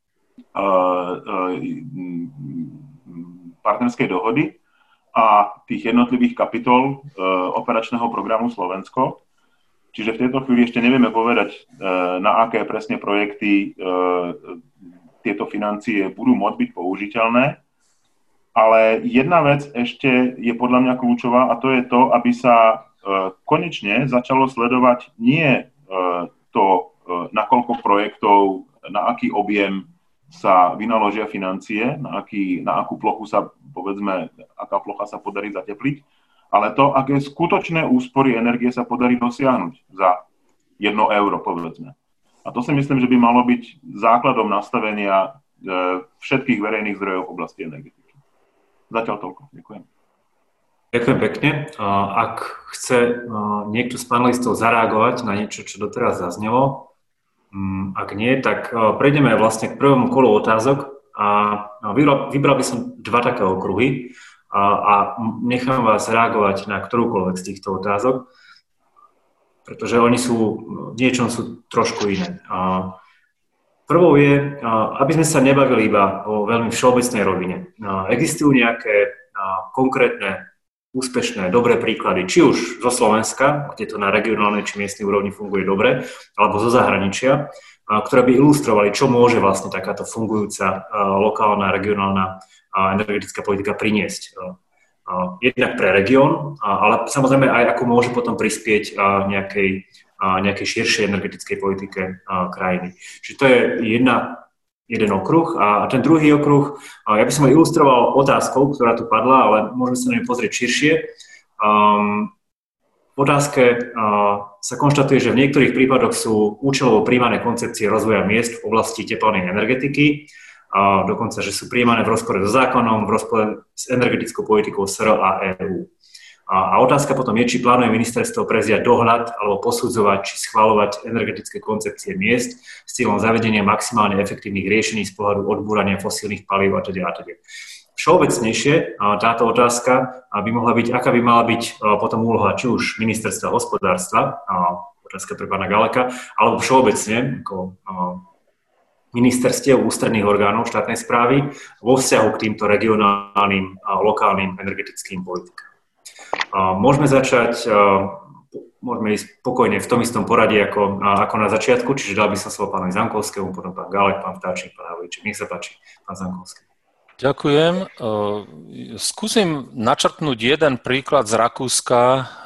Speaker 4: partnerskej dohody a tých jednotlivých kapitol operačného programu Slovensko. Čiže v tejto chvíli ešte nevieme povedať, na aké presne projekty tieto financie budú môcť byť použiteľné. Ale jedna vec ešte je podľa mňa kľúčová a to je to, aby sa konečne začalo sledovať nie to, na koľko projektov, na aký objem sa vynaložia financie, na akú plochu sa, povedzme, aká plocha sa podarí zatepliť, ale to, aké skutočné úspory energie sa podarí dosiahnuť za 1 euro, povedzme. A to si myslím, že by malo byť základom nastavenia všetkých verejných zdrojov v oblasti energetiky. Zatiaľ toľko. Ďakujem.
Speaker 2: Ďakujem pekne. Ak chce niekto z panelistov zareagovať na niečo, čo doteraz zaznelo, ak nie, tak prejdeme vlastne k prvému kolu otázok a vybral by som 2 také okruhy a nechám vás reagovať na ktorúkoľvek z týchto otázok, pretože oni sú, v niečom sú trošku iné. Prvou je, aby sme sa nebavili iba o veľmi všeobecnej rovine. Existujú nejaké konkrétne úspešné, dobré príklady, či už zo Slovenska, kde to na regionálnej či miestnej úrovni funguje dobre, alebo zo zahraničia, ktoré by ilustrovali, čo môže vlastne takáto fungujúca lokálna, regionálna energetická politika priniesť. Jednak pre región, ale samozrejme aj ako môže potom prispieť nejakej nejakej širšej energetickej politike krajiny. Čiže to je jeden okruh a ten druhý okruh, ja by som ho ilustroval otázkou, ktorá tu padla, ale môžeme sa na ňu pozrieť širšie. V otázke sa konštatuje, že v niektorých prípadoch sú účelovo prijímané koncepcie rozvoja miest v oblasti teplnej energetiky, dokonca, že sú prijímané v rozpore so zákonom, v rozpore s energetickou politikou SR a EÚ. A otázka potom je, či plánuje ministerstvo prevziať dohľad alebo posudzovať či schvaľovať energetické koncepcie miest s cieľom zavedenia maximálne efektívnych riešení z pohľadu odbúrania fosílnych palív a teda. Všeobecnejšie táto otázka by mohla byť, aká by mala byť potom úloha či už ministerstva hospodárstva, otázka pre pána Galeka, alebo všeobecne ako ministerstiev ústredných orgánov štátnej správy vo vzťahu k týmto regionálnym a lokálnym energetickým politikám. Môžeme ísť pokojne v tom istom poradí ako na začiatku, čiže dal by som slovo pánovi Zankovskému, potom pán Galek, pán Vtáčnik, pán Havlíček. Nech sa páči, pán Zankovský.
Speaker 5: Ďakujem. Skúsim načrtnúť jeden príklad z Rakúska,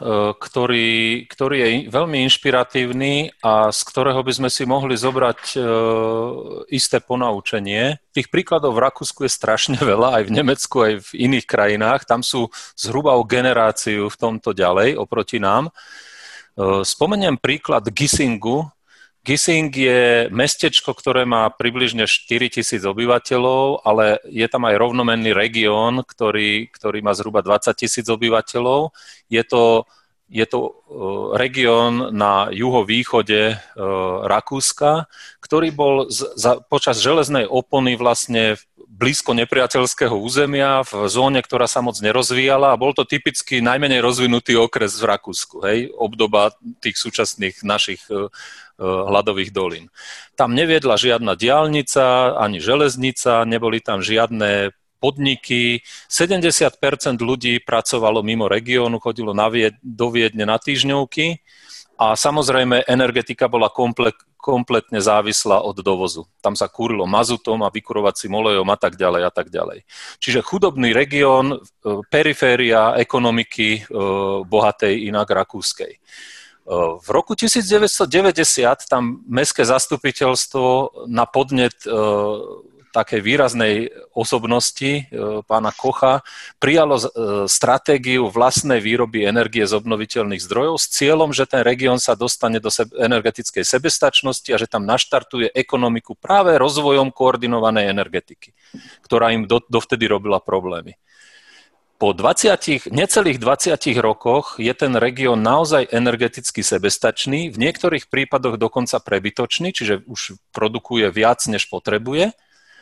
Speaker 5: ktorý je veľmi inšpiratívny a z ktorého by sme si mohli zobrať isté ponaučenie. Tých príkladov v Rakúsku je strašne veľa, aj v Nemecku, aj v iných krajinách. Tam sú zhruba o generáciu v tomto ďalej oproti nám. Spomeniem príklad Gisingu. Gising je mestečko, ktoré má približne 4 000 obyvateľov, ale je tam aj rovnomenný región, ktorý má zhruba 20 000 obyvateľov. Je to región na juhovýchode Rakúska, ktorý bol počas železnej opony vlastne blízko nepriateľského územia, v zóne, ktorá sa moc nerozvíjala a bol to typicky najmenej rozvinutý okres v Rakúsku, obdoba tých súčasných našich hladových dolín. Tam neviedla žiadna diaľnica, ani železnica, neboli tam žiadne podniky, 70% ľudí pracovalo mimo regiónu, chodilo do Viedne na týždňovky a samozrejme energetika bola kompletne závislá od dovozu. Tam sa kúrilo mazutom a vykurovacím olejom a tak ďalej a tak ďalej. Čiže chudobný región, periféria ekonomiky bohatej inak rakúskej. V roku 1990 tam mestské zastupiteľstvo na podnet takej výraznej osobnosti pána Kocha prijalo stratégiu vlastnej výroby energie z obnoviteľných zdrojov s cieľom, že ten región sa dostane do energetickej sebestačnosti a že tam naštartuje ekonomiku práve rozvojom koordinovanej energetiky, ktorá im dovtedy robila problémy. Po necelých 20 rokoch je ten región naozaj energeticky sebestačný, v niektorých prípadoch dokonca prebytočný, čiže už produkuje viac, než potrebuje.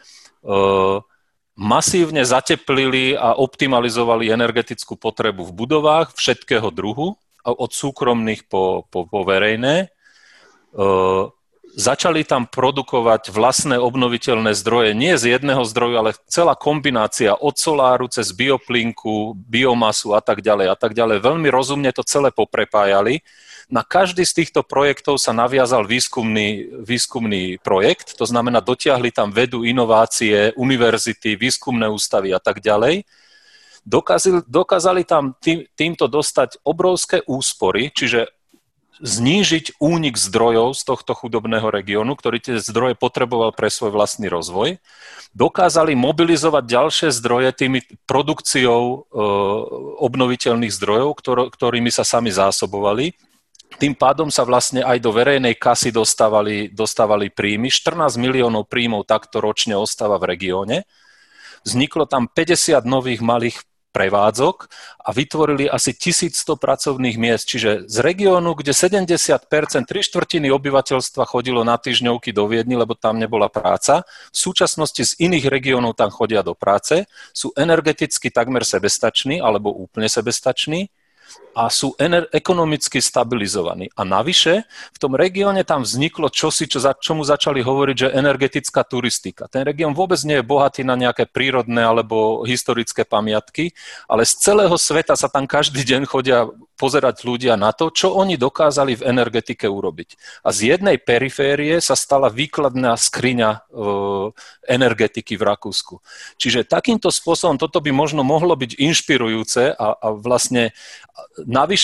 Speaker 5: Masívne zateplili a optimalizovali energetickú potrebu v budovách všetkého druhu, od súkromných po verejné. Začali tam produkovať vlastné obnoviteľné zdroje, nie z jedného zdroju, ale celá kombinácia od soláru cez bioplinku, biomasu a tak ďalej. Veľmi rozumne to celé poprepájali. Na každý z týchto projektov sa naviazal výskumný projekt, to znamená, dotiahli tam vedu, inovácie, univerzity, výskumné ústavy a tak ďalej. Dokázali tam týmto dostať obrovské úspory, čiže znížiť únik zdrojov z tohto chudobného regiónu, ktorý tie zdroje potreboval pre svoj vlastný rozvoj. Dokázali mobilizovať ďalšie zdroje tými produkciou obnoviteľných zdrojov, ktorými sa sami zásobovali. Tým pádom sa vlastne aj do verejnej kasy dostávali príjmy. 14 miliónov príjmov takto ročne ostáva v regióne. Vzniklo tam 50 nových malých prevádzok a vytvorili asi 1100 pracovných miest, čiže z regiónu, kde 70%, 3/4 obyvateľstva chodilo na týždňovky do Viedni, lebo tam nebola práca, v súčasnosti z iných regiónov tam chodia do práce, sú energeticky takmer sebestační alebo úplne sebestační a sú ekonomicky stabilizovaní. A navyše, v tom regióne tam vzniklo čosi, čomu začali hovoriť, že energetická turistika. Ten región vôbec nie je bohatý na nejaké prírodné alebo historické pamiatky, ale z celého sveta sa tam každý deň chodia pozerať ľudia na to, čo oni dokázali v energetike urobiť. A z jednej periférie sa stala výkladná skriňa energetiky v Rakúsku. Čiže takýmto spôsobom toto by možno mohlo byť inšpirujúce a vlastne navyše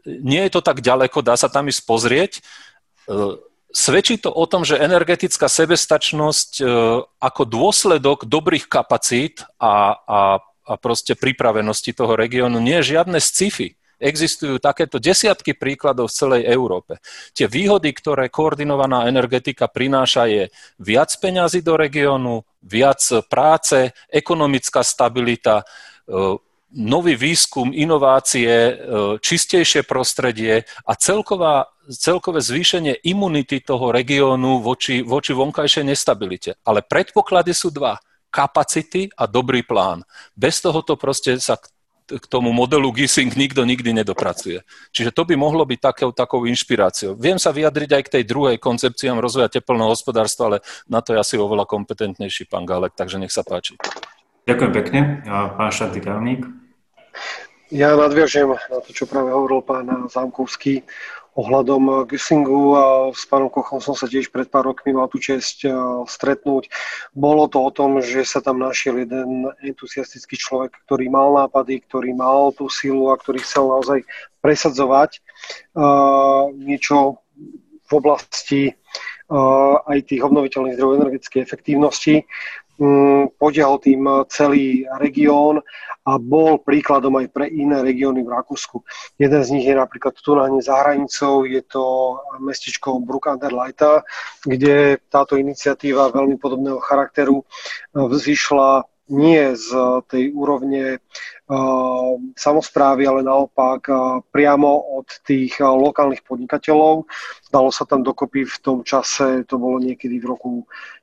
Speaker 5: nie je to tak ďaleko, dá sa tam ísť pozrieť. Svedčí to o tom, že energetická sebestačnosť ako dôsledok dobrých kapacít a proste pripravenosti toho regiónu nie je žiadne sci-fi. Existujú takéto desiatky príkladov v celej Európe. Tie výhody, ktoré koordinovaná energetika prináša, je viac peňazí do regiónu, viac práce, ekonomická stabilita, nový výskum, inovácie, čistejšie prostredie a celkové zvýšenie imunity toho regiónu voči vonkajšej nestabilite. Ale predpoklady sú dva. Kapacity a dobrý plán. Bez toho to proste sa k tomu modelu Gissing nikto nikdy nedopracuje. Čiže to by mohlo byť takou inšpiráciou. Viem sa vyjadriť aj k tej druhej koncepciám rozvoja teplného hospodárstva, ale na to je asi oveľa kompetentnejší pán Gálek, takže nech sa páči. Ďakujem pekne. Pán štátny tajomník.
Speaker 6: Ja nadviažem na to, čo práve hovoril pán Zámkovský ohľadom Gissingu. S pánom Kochom som sa tiež pred pár rokmi mal tú česť stretnúť. Bolo to o tom, že sa tam našiel jeden entuziastický človek, ktorý mal nápady, ktorý mal tú silu a ktorý chcel naozaj presadzovať niečo v oblasti aj tých obnoviteľných zdrojov energetickej efektívnosti. Podiahol tým celý región a bol príkladom aj pre iné regióny v Rakúsku. Jeden z nich je napríklad tu na za hranicou, je to mestečko Bruck an der Leitha, kde táto iniciatíva veľmi podobného charakteru vzýšla nie z tej úrovne samosprávy, ale naopak priamo od tých lokálnych podnikateľov. Dalo sa tam dokopy v tom čase, to bolo niekedy v roku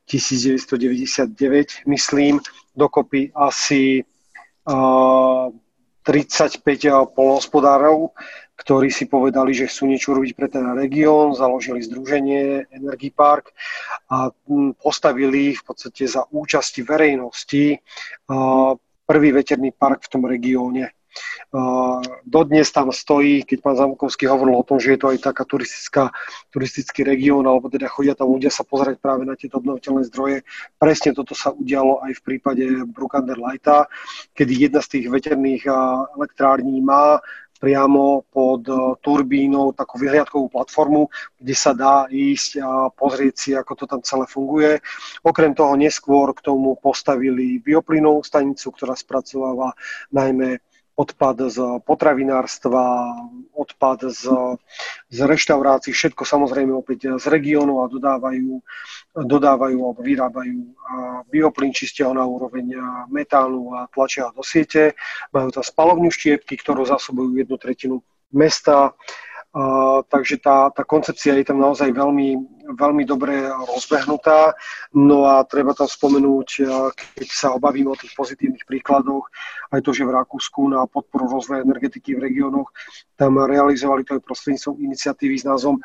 Speaker 6: 1999, myslím, dokopy asi 35 poľnohospodárov, ktorí si povedali, že chcú niečo robiť pre ten región, založili združenie Energipark a postavili v podstate za účasti verejnosti prvý veterný park v tom regióne. Dodnes tam stojí, keď pán Zámkovský hovoril o tom, že je to aj taká turistický región, alebo teda chodia tam ľudia sa pozrieť práve na tieto obnoviteľné zdroje. Presne toto sa udialo aj v prípade Bruck an der Leitha, kedy jedna z tých veterných elektrární má priamo pod turbínou takú vyhliadkovú platformu, kde sa dá ísť a pozrieť si, ako to tam celé funguje. Okrem toho neskôr k tomu postavili bioplynovú stanicu, ktorá spracováva najmä odpad z potravinárstva, odpad z reštaurácií, všetko samozrejme opäť z regiónu a dodávajú alebo vyrábajú bioplyn, čistia ho na úroveň metánu a tlačia ho do siete. Majú tam spalovňu Štiepky, ktorú zásobujú 1/3 mesta. Takže tá koncepcia je tam naozaj veľmi, veľmi dobre rozbehnutá. No a treba tam spomenúť, keď sa obavíme o tých pozitívnych príkladoch, aj to, že v Rakúsku na podporu rozvoja energetiky v regiónoch tam realizovali to aj prostredníctvom iniciatívy s názvom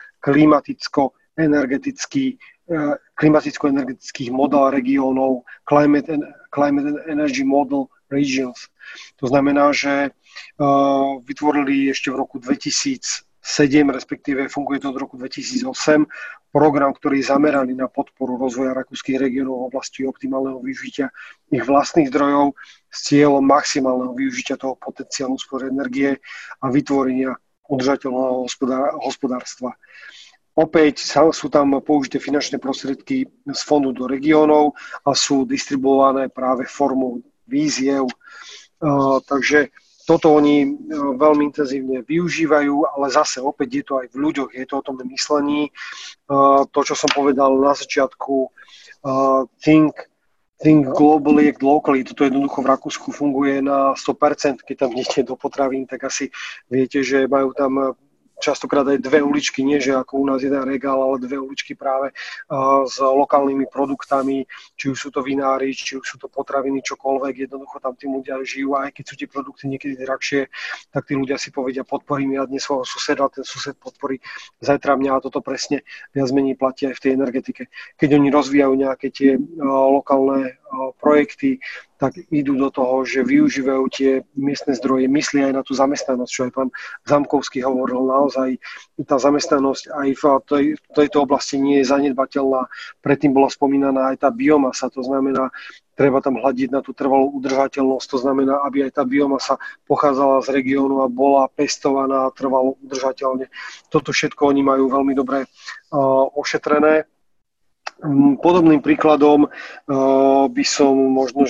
Speaker 6: klimaticko-energetických model regiónov, Climate and Energy Model Regions. To znamená, že vytvorili ešte v roku 2007, respektíve funguje to od roku 2008, program, ktorý je zameraný na podporu rozvoja rakúskych regiónov v oblasti optimálneho využitia ich vlastných zdrojov s cieľom maximálneho využitia toho potenciálu úspory energie a vytvorenia udržateľného hospodárstva. Opäť sú tam použité finančné prostriedky z fondu do regiónov a sú distribuované práve formou výziev. Takže toto oni veľmi intenzívne využívajú, ale zase opäť je to aj v ľuďoch, je to o tom myslení. To, čo som povedal na začiatku, think globally, act locally, toto jednoducho v Rakúsku funguje na 100%. Keď tam idete do potravín, tak asi viete, že majú tam častokrát aj dve uličky, nie že ako u nás jeden regál, ale dve uličky práve s lokálnymi produktami, či už sú to vinári, či už sú to potraviny, čokoľvek, jednoducho tam tí ľudia žijú a aj keď sú tie produkty niekedy drahšie, tak tí ľudia si povedia, podporím ja dnes svojho suseda, ten sused podporí zajtra mňa a toto presne viac menej platí aj v tej energetike. Keď oni rozvíjajú nejaké tie lokálne projekty, tak idú do toho, že využívajú tie miestne zdroje, myslia aj na tú zamestnanosť, čo aj pán Zámkovský hovoril, naozaj tá zamestnanosť aj v tejto oblasti nie je zanedbateľná. Predtým bola spomínaná aj tá biomasa, to znamená treba tam hľadiť na tú trvalú udržateľnosť, to znamená, aby aj tá biomasa pochádzala z regiónu a bola pestovaná trvalo udržateľne. Toto všetko oni majú veľmi dobre ošetrené. Podobným príkladom by som možno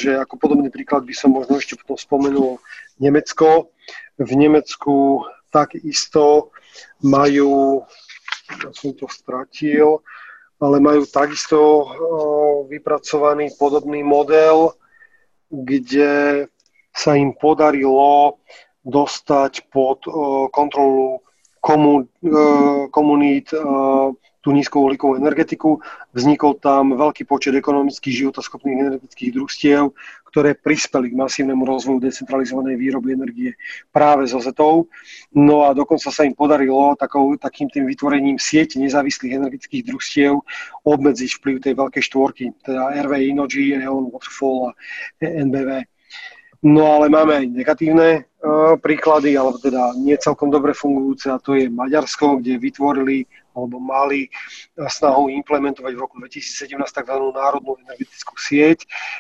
Speaker 6: ešte potom spomenul Nemecko. V Nemecku takisto majú, ja som to stratil, ale majú takisto vypracovaný podobný model, kde sa im podarilo dostať pod kontrolu komunít tú nízkouhlíkovú energetiku. Vznikol tam veľký počet ekonomicky životaschopných energetických družstiev, ktoré prispeli k masívnemu rozvoju decentralizovanej výroby energie práve zo ZETov. No a dokonca sa im podarilo takým tým vytvorením siete nezávislých energetických družstiev obmedziť vplyv tej veľkej štvorky, teda RWE, Innogy, E.ON, Waterfall a NBV. No ale máme aj negatívne príklady, alebo teda nie celkom dobre fungujúce, a to je Maďarsko, kde vytvorili alebo mali snahu implementovať v roku 2017 takzvanú národnú energetickú sieť.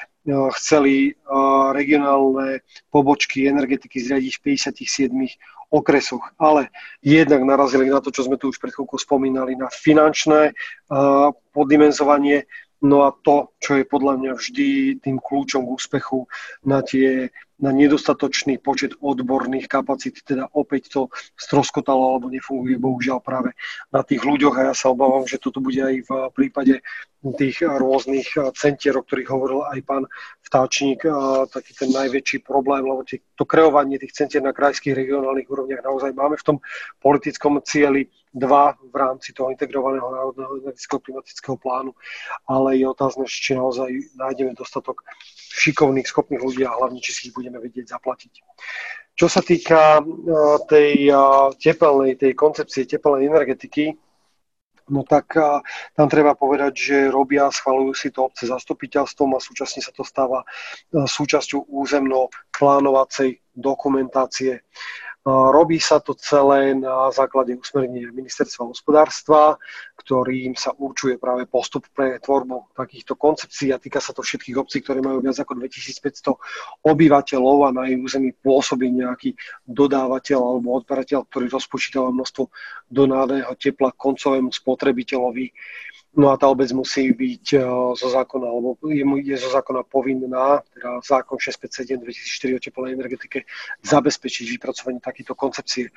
Speaker 6: Chceli regionálne pobočky energetiky zriadiť v 57 okresoch, ale jednak narazili na to, čo sme tu už pred chvíľkou spomínali, na finančné poddimenzovanie. No a to, čo je podľa mňa vždy tým kľúčom k úspechu, na nedostatočný počet odborných kapacít, teda opäť to stroskotalo alebo nefunguje bohužiaľ práve na tých ľuďoch, a ja sa obávam, že toto bude aj v prípade tých rôznych centier, o ktorých hovoril aj pán Vtáčnik, taký ten najväčší problém, lebo to kreovanie tých centier na krajských regionálnych úrovniach naozaj máme v tom politickom cieli 2 v rámci toho integrovaného národného energetického klimatického plánu, ale je otázne, či naozaj nájdeme dostatok šikovných, schopných ľudí a hlavne, či si ich budeme vedieť zaplatiť. Čo sa týka tej koncepcie tepelnej energetiky, no tak tam treba povedať, že schvaľujú si to obce zastupiteľstvom a súčasne sa to stáva súčasťou územno-plánovacej dokumentácie. Robí sa to celé na základe usmernenia Ministerstva hospodárstva, ktorým sa určuje práve postup pre tvorbu takýchto koncepcií a týka sa to všetkých obcí, ktoré majú viac ako 2500 obyvateľov a na ich území pôsobí nejaký dodávateľ alebo odberateľ, ktorý rozpočítava množstvo dodávaného tepla koncovému spotrebiteľovi. No a tá obec musí byť zo zákona, alebo je zo zákona povinná, teda zákon 657/2004 o teplnej energetike, zabezpečiť vypracovanie takýchto koncepcie.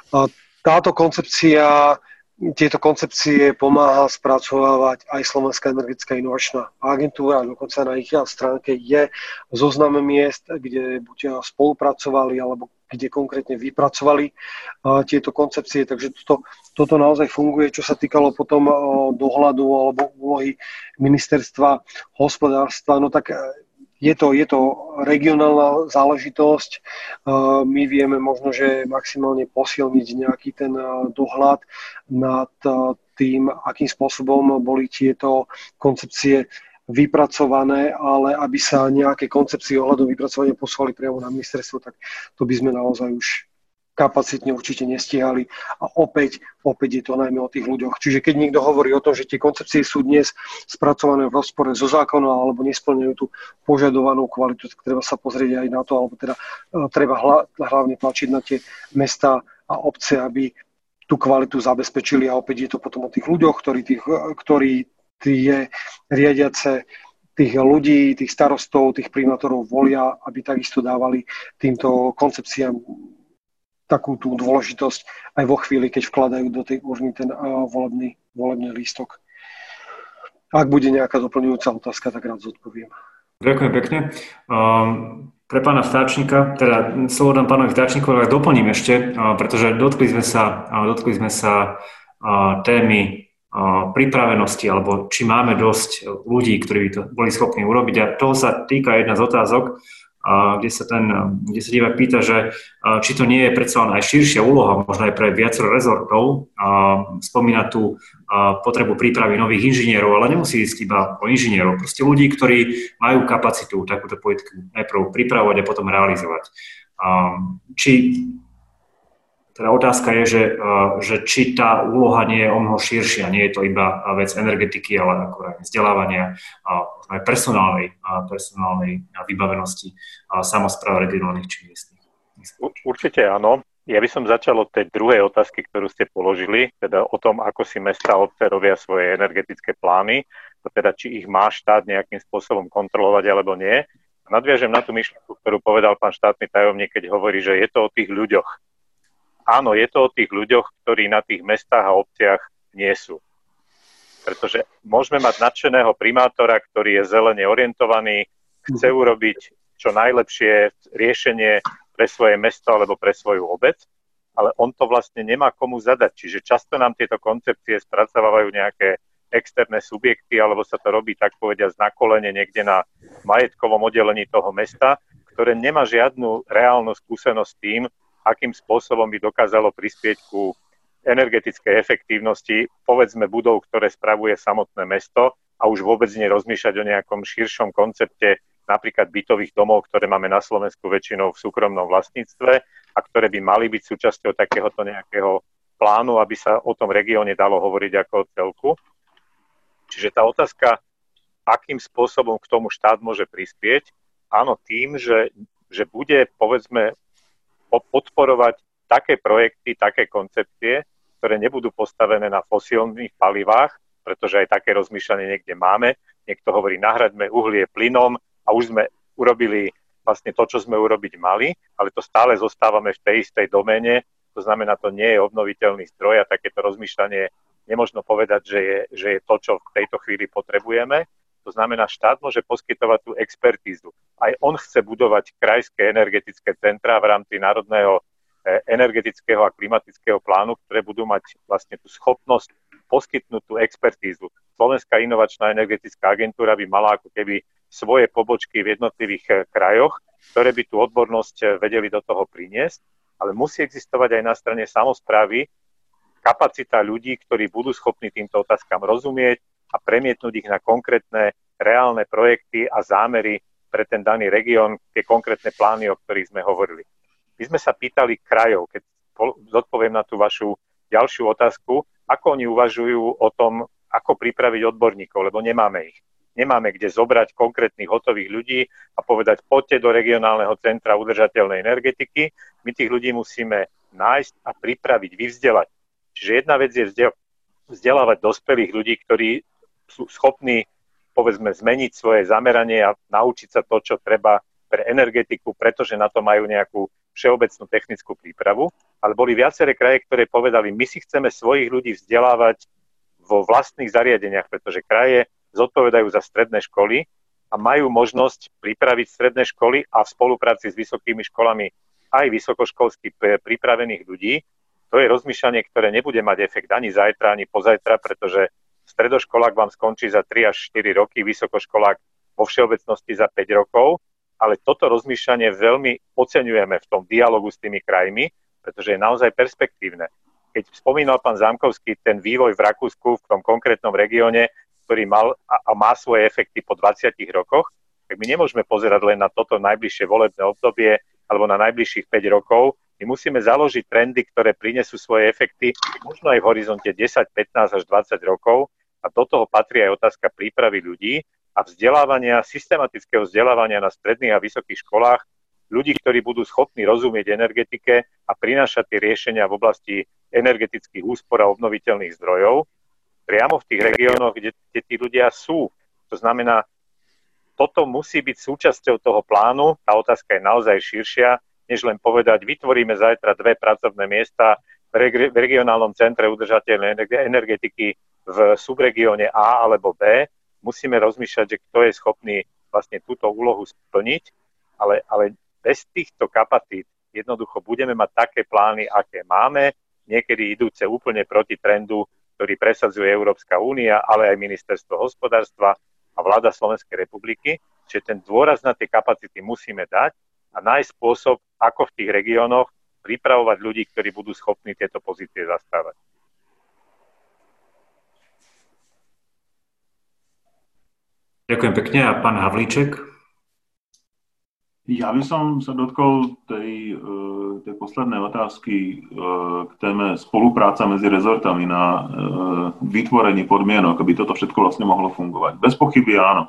Speaker 6: Tieto koncepcie pomáha spracovávať aj Slovenská energetická inovačná agentúra, dokonca na ich stránke je zoznam miest, kde buď spolupracovali, alebo kde konkrétne vypracovali tieto koncepcie, takže toto naozaj funguje. Čo sa týkalo potom dohľadu alebo úlohy Ministerstva hospodárstva, no tak je to regionálna záležitosť. My vieme možno, že maximálne posilniť nejaký ten dohľad nad tým, akým spôsobom boli tieto koncepcie vypracované, ale aby sa nejaké koncepcie ohľadom vypracovania poslali priamo na ministerstvo, tak to by sme naozaj už kapacitne určite nestíhali. A opäť je to najmä o tých ľuďoch. Čiže keď niekto hovorí o tom, že tie koncepcie sú dnes spracované v rozpore so zákonom alebo nesplňujú tú požadovanú kvalitu, tak treba sa pozrieť aj na to, alebo teda treba hlavne tlačiť na tie mestá a obce, aby tú kvalitu zabezpečili, a opäť je to potom o tých ľuďoch, ktorí tie riadiace tých ľudí, tých starostov, tých primátorov volia, aby takisto dávali týmto koncepciám takú tú dôležitosť aj vo chvíli, keď vkladajú do tej urny ten volebný lístok. Ak bude nejaká doplňujúca otázka, tak rád zodpoviem.
Speaker 2: Ďakujem pekne. Pre pána Vtáčnika, teda slovo dám pánovi Vtáčnikovi, ale doplním ešte, pretože dotkli sme sa témy pripravenosti, alebo či máme dosť ľudí, ktorí by to boli schopní urobiť. A toho sa týka jedna z otázok, kde sa divák pýta, že či to nie je predsa len aj širšia úloha, možno aj pre viacero rezortov, spomína tú potrebu prípravy nových inžinierov, ale nemusí ísť iba o inžinierov, proste ľudí, ktorí majú kapacitu takúto politiku najprv pripravovať a potom realizovať. Či Teda otázka je, že či tá úloha nie je omnoho širšia, nie je to iba vec energetiky, ale ako aj vzdelávania, aj personálnej vybavenosti samospráv regionálnych či miestnych.
Speaker 7: Určite áno. Ja by som začal od tej druhej otázky, ktorú ste položili, teda o tom, ako si mestá a obce robia svoje energetické plány, teda či ich má štát nejakým spôsobom kontrolovať alebo nie. Nadviažem na tú myšlienku, ktorú povedal pán štátny tajomník, keď hovorí, že je to o tých ľuďoch. Áno, je to o tých ľuďoch, ktorí na tých mestách a obciach nie sú. Pretože môžeme mať nadšeného primátora, ktorý je zelene orientovaný, chce urobiť čo najlepšie riešenie pre svoje mesto alebo pre svoju obec, ale on to vlastne nemá komu zadať. Čiže často nám tieto koncepcie spracovávajú nejaké externé subjekty, alebo sa to robí tak povediať na kolene niekde na majetkovom oddelení toho mesta, ktoré nemá žiadnu reálnu skúsenosť s tým, akým spôsobom by dokázalo prispieť ku energetickej efektívnosti, povedzme budov, ktoré spravuje samotné mesto a už vôbec nerozmýšľať o nejakom širšom koncepte napríklad bytových domov, ktoré máme na Slovensku väčšinou v súkromnom vlastníctve a ktoré by mali byť súčasťou takéhoto nejakého plánu, aby sa o tom regióne dalo hovoriť ako o celku. Čiže tá otázka, akým spôsobom k tomu štát môže prispieť, áno, tým, že bude, povedzme, podporovať také projekty, také koncepcie, ktoré nebudú postavené na fosílnych palivách, pretože aj také rozmýšľanie niekde máme. Niekto hovorí, nahraďme uhlie plynom a už sme urobili vlastne to, čo sme urobiť mali, ale to stále zostávame v tej istej doméne, to znamená, to nie je obnoviteľný zdroj a takéto rozmýšľanie nemožno povedať, že je to, čo v tejto chvíli potrebujeme. To znamená, štát môže poskytovať tú expertízu. Aj on chce budovať krajské energetické centrá v rámci národného energetického a klimatického plánu, ktoré budú mať vlastne tú schopnosť poskytnúť tú expertízu. Slovenská inovačná energetická agentúra by mala ako keby svoje pobočky v jednotlivých krajoch, ktoré by tú odbornosť vedeli do toho priniesť, ale musí existovať aj na strane samosprávy kapacita ľudí, ktorí budú schopní týmto otázkam rozumieť a premietnúť ich na konkrétne reálne projekty a zámery pre ten daný región, tie konkrétne plány, o ktorých sme hovorili. My sme sa pýtali krajov, keď zodpoviem na tú vašu ďalšiu otázku, ako oni uvažujú o tom, ako pripraviť odborníkov, lebo nemáme ich. Nemáme kde zobrať konkrétnych hotových ľudí a povedať, poďte do regionálneho centra udržateľnej energetiky. My tých ľudí musíme nájsť a pripraviť, vyvzdelať. Čiže jedna vec je vzdelávať dospelých ľudí, ktorí sú schopní, povedzme, zmeniť svoje zameranie a naučiť sa to, čo treba pre energetiku, pretože na to majú nejakú všeobecnú technickú prípravu. Ale boli viaceré kraje, ktoré povedali, my si chceme svojich ľudí vzdelávať vo vlastných zariadeniach, pretože kraje zodpovedajú za stredné školy a majú možnosť pripraviť stredné školy a v spolupráci s vysokými školami aj vysokoškolsky pripravených ľudí. To je rozmýšľanie, ktoré nebude mať efekt ani zajtra, ani pozajtra, pretože stredoškolák vám skončí za 3 až 4 roky, vysokoškolák vo všeobecnosti za 5 rokov, ale toto rozmýšľanie veľmi oceňujeme v tom dialogu s tými krajmi, pretože je naozaj perspektívne. Keď spomínal pán Zámkovský ten vývoj v Rakúsku v tom konkrétnom regióne, ktorý mal a má svoje efekty po 20 rokoch, tak my nemôžeme pozerať len na toto najbližšie volebné obdobie alebo na najbližších 5 rokov. My musíme založiť trendy, ktoré prinesú svoje efekty možno aj v horizonte 10, 15 až 20 rokov a do toho patrí aj otázka prípravy ľudí a vzdelávania, systematického vzdelávania na stredných a vysokých školách ľudí, ktorí budú schopní rozumieť energetike a prinášať tie riešenia v oblasti energetických úspor a obnoviteľných zdrojov priamo v tých regiónoch, kde tí ľudia sú. To znamená, toto musí byť súčasťou toho plánu. Tá otázka je naozaj širšia, než len povedať, vytvoríme zajtra 2 pracovné miesta v regionálnom centre udržateľnej energetiky v subregióne A alebo B. Musíme rozmýšľať, že kto je schopný vlastne túto úlohu splniť, ale bez týchto kapacít jednoducho budeme mať také plány, aké máme, niekedy idúce úplne proti trendu, ktorý presadzuje Európska únia, ale aj Ministerstvo hospodárstva a vláda Slovenskej republiky. Čiže ten dôraz na tie kapacity musíme dať a nájsť spôsob, ako v tých regiónoch pripravovať ľudí, ktorí budú schopní tieto pozície zastávať.
Speaker 2: Ďakujem pekne. A pán Havlíček?
Speaker 4: Ja by som sa dotkol tej poslednej otázky k téme spolupráca medzi rezortami na vytvorení podmienok, aby toto všetko vlastne mohlo fungovať. Bez pochyby áno.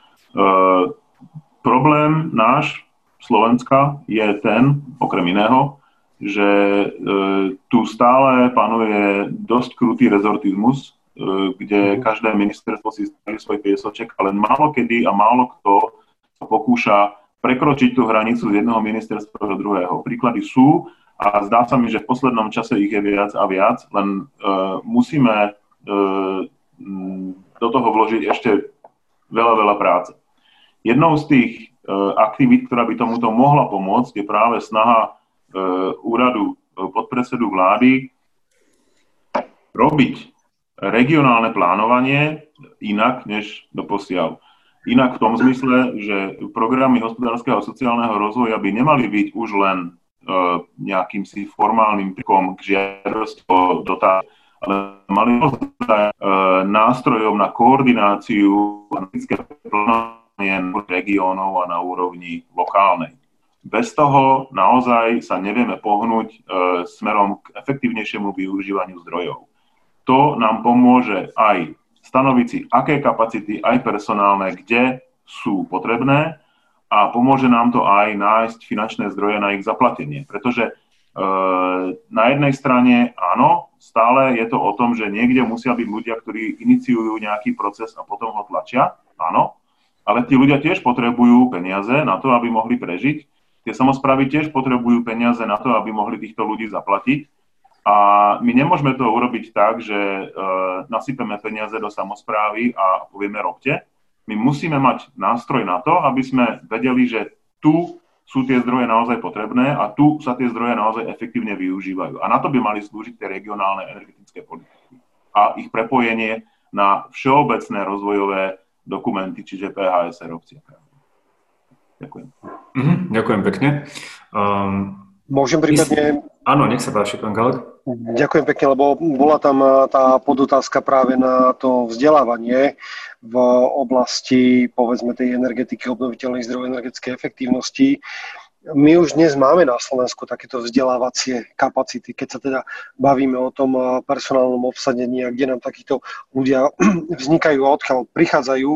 Speaker 4: Problém náš, Slovenska, je ten, okrem iného, že tu stále panuje dosť krutý rezortizmus, kde každé ministerstvo si staví svoj piesoček, ale málo kedy a málo kto sa pokúša prekročiť tú hranicu z jedného ministerstva do druhého. Príklady sú a zdá sa mi, že v poslednom čase ich je viac a viac, len musíme do toho vložiť ešte veľa práce. Jednou z tých aktivít, ktorá by tomuto mohla pomôcť, je práve snaha úradu podpredsedu vlády robiť regionálne plánovanie inak než doposiaľ. Inak v tom zmysle, že programy hospodárskeho a sociálneho rozvoja by nemali byť už len nejakým si formálnym trikom k žiadosti o dotáciu, ale mali nástrojom na koordináciu analytické plánovanie regiónov a na úrovni lokálnej. Bez toho naozaj sa nevieme pohnúť smerom k efektívnejšiemu využívaniu zdrojov. To nám pomôže aj stanoviť si, aké kapacity, aj personálne, kde sú potrebné a pomôže nám to aj nájsť finančné zdroje na ich zaplatenie. Pretože na jednej strane áno, stále je to o tom, že niekde musia byť ľudia, ktorí iniciujú nejaký proces a potom ho tlačia, áno, ale tí ľudia tiež potrebujú peniaze na to, aby mohli prežiť. Tie samosprávy tiež potrebujú peniaze na to, aby mohli týchto ľudí zaplatiť. A my nemôžeme to urobiť tak, že nasypeme peniaze do samosprávy a povieme robte. My musíme mať nástroj na to, aby sme vedeli, že tu sú tie zdroje naozaj potrebné a tu sa tie zdroje naozaj efektívne využívajú. A na to by mali slúžiť tie regionálne energetické politiky. A ich prepojenie na všeobecné rozvojové dokumenty, čiže PHSR opcie. Ďakujem.
Speaker 2: Ďakujem pekne.
Speaker 6: Môžem prípadne...
Speaker 2: Áno, nech sa páči, pán Galek.
Speaker 6: Ďakujem pekne, lebo bola tam tá podotázka práve na to vzdelávanie v oblasti, povedzme, tej energetiky, obnoviteľných zdrojov, energetickej efektívnosti. My už dnes máme na Slovensku takéto vzdelávacie kapacity, keď sa teda bavíme o tom personálnom obsadení a kde nám takíto ľudia vznikajú a odkiaľ prichádzajú.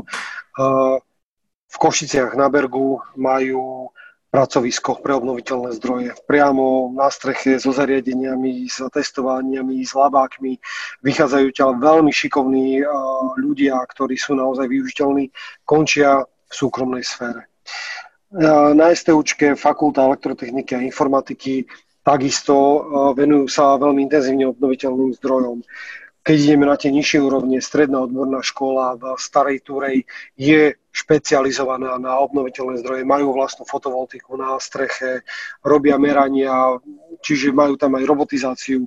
Speaker 6: V Košiciach na Bergu majú pracovisko pre obnoviteľné zdroje. Priamo na streche so zariadeniami, s testovaniami, s labákmi. Vychádzajú ťa veľmi šikovní ľudia, ktorí sú naozaj využiteľní, končia v súkromnej sfére. Na STUčke Fakulta elektrotechniky a informatiky takisto venujú sa veľmi intenzívne obnoviteľným zdrojom. Keď ideme na tie nižšie úrovne, stredná odborná škola v Starej Turej je špecializovaná na obnoviteľné zdroje, majú vlastnú fotovoltiku na streche, robia merania, čiže majú tam aj robotizáciu.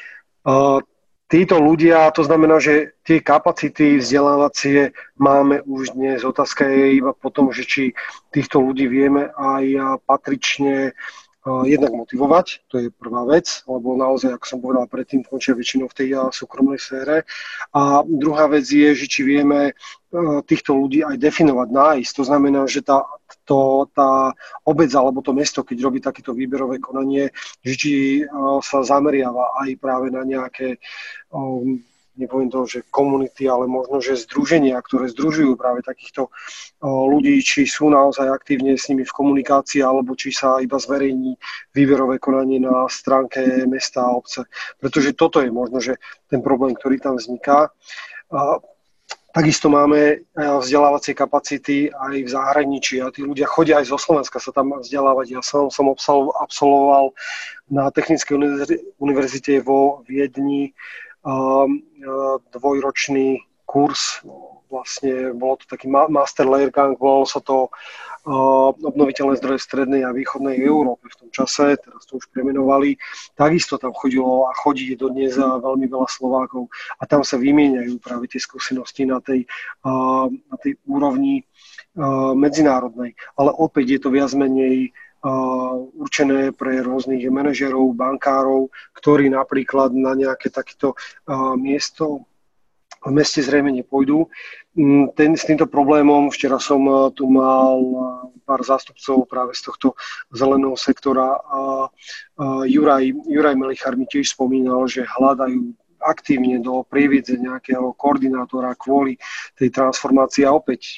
Speaker 6: Títo ľudia, to znamená, že tie kapacity vzdelávacie máme už dnes. Otázka je iba po tom, že či týchto ľudí vieme aj patrične jednak motivovať, to je prvá vec, lebo naozaj, ako som povedal predtým, končia väčšinou v tej súkromnej sfére. A druhá vec je, že či vieme týchto ľudí aj definovať, nájsť. To znamená, že tá obec alebo to mesto, keď robí takéto výberové konanie, že či sa zameriava aj práve na nejaké nepoviem to, že komunity, ale možno, že združenia, ktoré združujú práve takýchto ľudí, či sú naozaj aktívne s nimi v komunikácii, alebo či sa iba zverejní výberové konanie na stránke mesta a obce. Pretože toto je možno, že ten problém, ktorý tam vzniká. Takisto máme vzdelávacie kapacity aj v zahraničí a tí ľudia chodia aj zo Slovenska sa tam vzdelávať. Ja som absolvoval na Technickej univerzite vo Viedni dvojročný kurz, vlastne bolo to taký master lehrgang, volalo sa to obnoviteľné zdroje v strednej a východnej Európe v tom čase, teraz to už premenovali. Takisto tam chodilo a chodí dodnes veľmi veľa Slovákov a tam sa vymieňajú práve tie skúsenosti na tej úrovni medzinárodnej. Ale opäť je to viac menej určené pre rôznych manažerov, bankárov, ktorí napríklad na nejaké takéto miesto v meste zrejme nepôjdu. S týmto problémom včera som tu mal pár zástupcov práve z tohto zeleného sektora a Juraj Melichar mi tiež spomínal, že hľadajú aktívne do prievidze nejakého koordinátora kvôli tej transformácii a opäť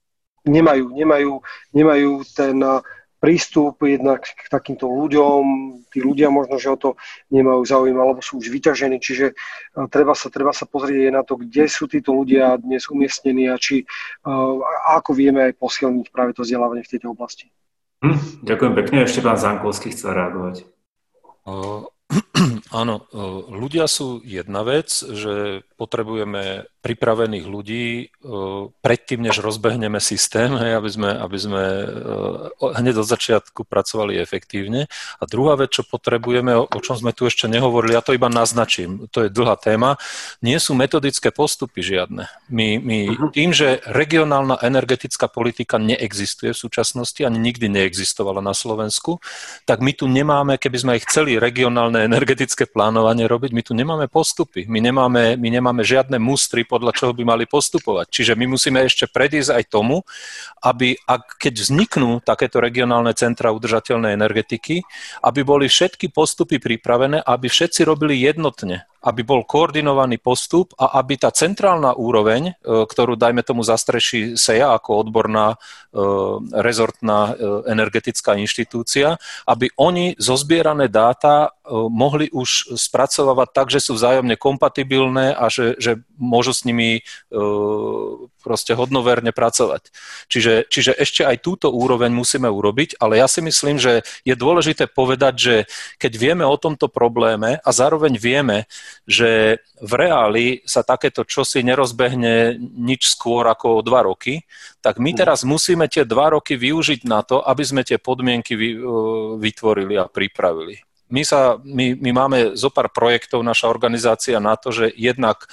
Speaker 6: nemajú ten prístup jednak k takýmto ľuďom, tí ľudia možno, že o to nemajú záujem, alebo sú už vyťažení, čiže treba sa pozrieť na to, kde sú títo ľudia dnes umiestnení a ako vieme aj posilniť práve to vzdelávanie v tejto oblasti.
Speaker 2: Ďakujem pekne, ešte pán Zankovský chcel reagovať.
Speaker 5: Áno, ľudia sú jedna vec, že potrebujeme pripravených ľudí predtým, než rozbehneme systém, aby sme hneď od začiatku pracovali efektívne. A druhá vec, čo potrebujeme, o čom sme tu ešte nehovorili, ja to iba naznačím, to je dlhá téma, nie sú metodické postupy žiadne. My tým, že regionálna energetická politika neexistuje v súčasnosti, ani nikdy neexistovala na Slovensku, tak my tu nemáme, keby sme aj chceli regionálne energetické plánovanie robiť, my tu nemáme postupy, my nemáme žiadne mustry, podľa čoho by mali postupovať. Čiže my musíme ešte predísť aj tomu, aby, keď vzniknú takéto regionálne centra udržateľnej energetiky, aby boli všetky postupy pripravené, aby všetci robili jednotne, aby bol koordinovaný postup a aby tá centrálna úroveň, ktorú dajme tomu zastreší SEA ako odborná rezortná energetická inštitúcia, aby oni zozbierané dáta mohli už spracovávať tak, že sú vzájomne kompatibilné a že môžu s nimi proste hodnoverne pracovať. Čiže ešte aj túto úroveň musíme urobiť, ale ja si myslím, že je dôležité povedať, že keď vieme o tomto probléme a zároveň vieme, že v reáli sa takéto čosi nerozbehne nič skôr ako o 2 roky, tak my teraz musíme tie 2 roky využiť na to, aby sme tie podmienky vytvorili a pripravili. My máme zopár projektov, naša organizácia na to, že jednak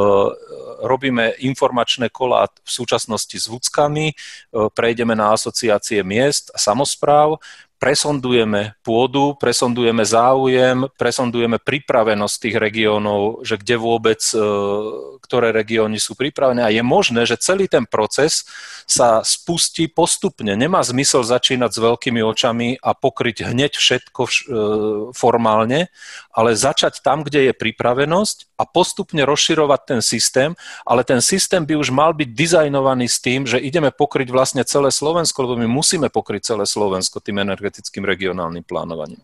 Speaker 5: robíme informačné kolá v súčasnosti s VUCkami, prejdeme na asociácie miest a samospráv, presondujeme pôdu, presondujeme záujem, presondujeme pripravenosť tých regiónov, že kde vôbec, ktoré regióny sú pripravené a je možné, že celý ten proces sa spustí postupne. Nemá zmysel začínať s veľkými očami a pokryť hneď všetko formálne, ale začať tam, kde je pripravenosť a postupne rozširovať ten systém, ale ten systém by už mal byť dizajnovaný s tým, že ideme pokryť vlastne celé Slovensko, lebo my musíme pokryť celé Slovensko tým energetickým regionálnym plánovaním.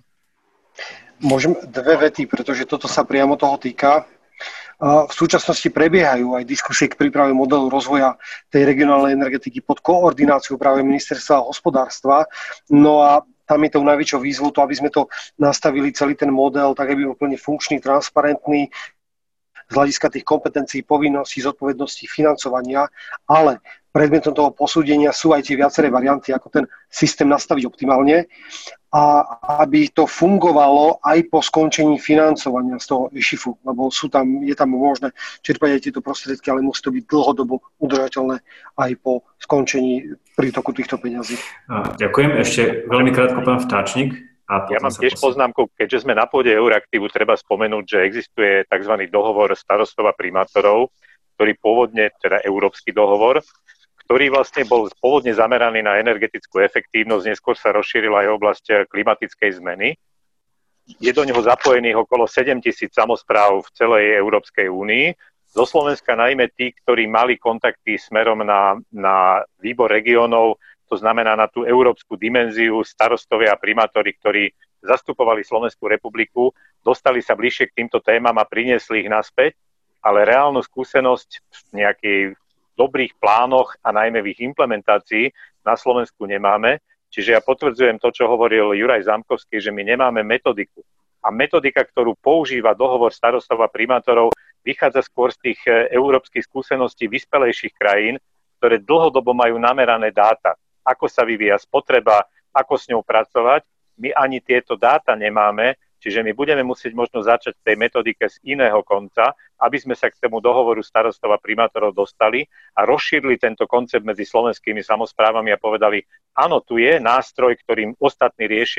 Speaker 6: Môžem 2 vety, pretože toto sa priamo toho týka. V súčasnosti prebiehajú aj diskusie k príprave modelu rozvoja tej regionálnej energetiky pod koordináciou práve ministerstva hospodárstva. No a tam je tou najväčšou výzvou to, aby sme to nastavili celý ten model, tak aby bol plne funkčný, transparentný, z hľadiska tých kompetencií, povinností, zodpovedností, financovania, ale predmetom toho posúdenia sú aj tie viaceré varianty, ako ten systém nastaviť optimálne a aby to fungovalo aj po skončení financovania z toho EŠIFu, lebo je tam možné čerpať aj tieto prostriedky, ale musí to byť dlhodobo udržateľné aj po skončení prítoku týchto peňazí.
Speaker 2: Ďakujem. Ešte veľmi krátko pán Vtáčnik.
Speaker 7: Ja mám tiež poznámku, keďže sme na pôde Euraktívu, treba spomenúť, že existuje tzv. Dohovor starostov a primátorov, ktorý pôvodne, teda európsky dohovor, ktorý vlastne bol pôvodne zameraný na energetickú efektívnosť, neskôr sa rozšírila aj oblasť klimatickej zmeny. Je do neho zapojených okolo 7 000 samospráv v celej Európskej únii. Zo Slovenska najmä tí, ktorí mali kontakty smerom na výbor regiónov, to znamená na tú európsku dimenziu, starostovia a primátori, ktorí zastupovali Slovenskú republiku, dostali sa bližšie k týmto témam a priniesli ich naspäť, ale reálnu skúsenosť v nejakých dobrých plánoch a najmä v ich implementácii na Slovensku nemáme. Čiže ja potvrdzujem to, čo hovoril Juraj Zamkovský, že my nemáme metodiku. A metodika, ktorú používa dohovor starostov a primátorov, vychádza skôr z tých európskych skúseností vyspelejších krajín, ktoré dlhodobo majú namerané dáta. Ako sa vyvíja spotreba, ako s ňou pracovať. My ani tieto dáta nemáme, čiže my budeme musieť možno začať v tej metodike z iného konca, aby sme sa k tomu dohovoru starostov a primátorov dostali a rozšírili tento koncept medzi slovenskými samosprávami a povedali, áno, tu je nástroj, ktorým ostatní riešia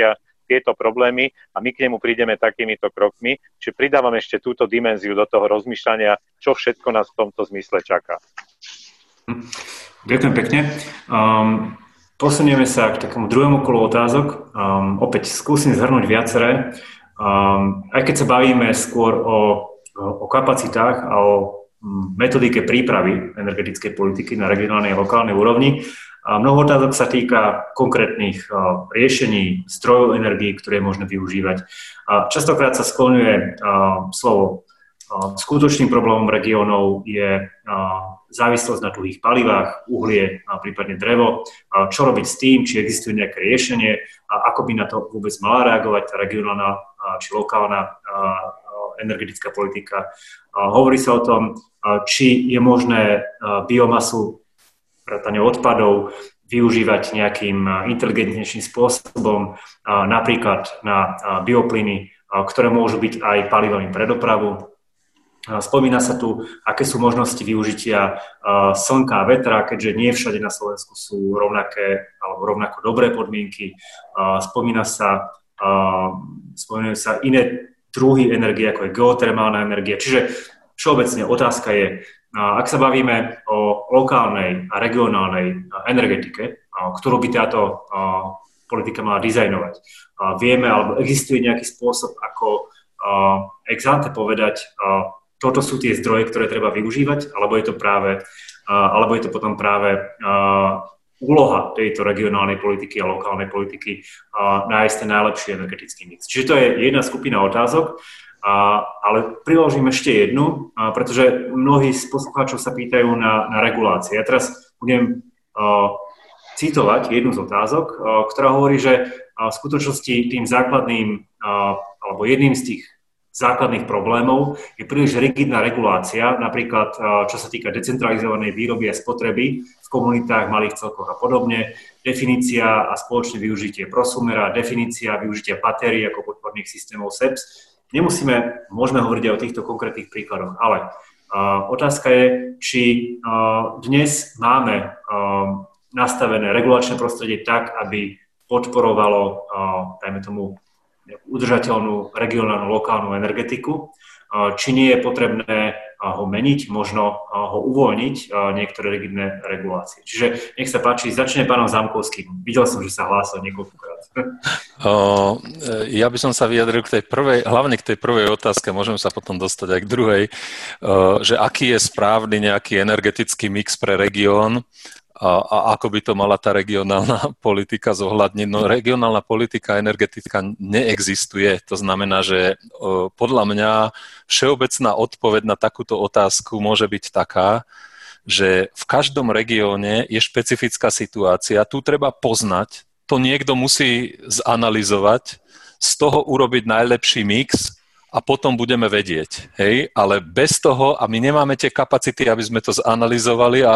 Speaker 7: tieto problémy a my k nemu prídeme takýmito krokmi, čiže pridávam ešte túto dimenziu do toho rozmýšľania, čo všetko nás v tomto zmysle čaká.
Speaker 2: Ďakujem pekne. Posunieme sa k takému druhému kolu otázok. Opäť skúsim zhrnúť viaceré. Aj keď sa bavíme skôr o kapacitách a o metodike prípravy energetickej politiky na regionálnej a lokálnej úrovni, mnoho otázok sa týka konkrétnych riešení, zdrojov energií, ktoré je možné využívať. Častokrát sa skloňuje slovo skutočným problémom regiónov je závislosť na tuhých palivách, uhlie, prípadne drevo. Čo robiť s tým, či existuje nejaké riešenie a ako by na to vôbec mala reagovať tá regionálna či lokálna energetická politika. Hovorí sa o tom, či je možné biomasu, vrátane odpadov, využívať nejakým inteligentnejším spôsobom, napríklad na bioplyny, ktoré môžu byť aj palivami pre dopravu. Spomína sa tu, aké sú možnosti využitia slnka a vetra, keďže nie všade na Slovensku sú rovnaké alebo rovnako dobré podmienky. Spomínajú sa iné druhy energie, ako je geotermálna energia. Čiže všeobecne otázka je, ak sa bavíme o lokálnej a regionálnej energetike, ktorú by táto politika mala dizajnovať. Vieme, alebo existuje nejaký spôsob, ako ex ante povedať, toto sú tie zdroje, ktoré treba využívať, alebo je to potom práve úloha tejto regionálnej politiky a lokálnej politiky nájsť ten najlepší energetický mix. Čiže to je jedna skupina otázok, ale priložím ešte jednu, pretože mnohí z poslucháčov sa pýtajú na regulácie. Ja teraz budem citovať jednu z otázok, ktorá hovorí, že v skutočnosti tým základným, alebo jedným z tých základných problémov je príliš rigidná regulácia, napríklad čo sa týka decentralizovanej výroby a spotreby v komunitách, malých celkoch a podobne, definícia a spoločné využitie prosumera, definícia využitia batérií ako podporných systémov SEPS. Môžeme hovoriť aj o týchto konkrétnych príkladoch, ale otázka je, či dnes máme nastavené regulačné prostredie tak, aby podporovalo, dajme tomu, udržateľnú regionálnu, lokálnu energetiku, či nie je potrebné ho meniť, možno ho uvoľniť niektoré rigidné regulácie. Čiže nech sa páči, začne pánom Zámkovským. Videl som, že sa hlásil niekoľkokrát.
Speaker 5: Ja by som sa vyjadril hlavne k tej prvej otázke, môžem sa potom dostať aj k druhej, že aký je správny nejaký energetický mix pre región, a ako by to mala tá regionálna politika zohľadniť. No regionálna politika energetická neexistuje. To znamená, že podľa mňa všeobecná odpoveď na takúto otázku môže byť taká, že v každom regióne je špecifická situácia. Tu treba poznať, to niekto musí zanalyzovať, z toho urobiť najlepší mix a potom budeme vedieť, hej, ale bez toho, a my nemáme tie kapacity, aby sme to zanalizovali a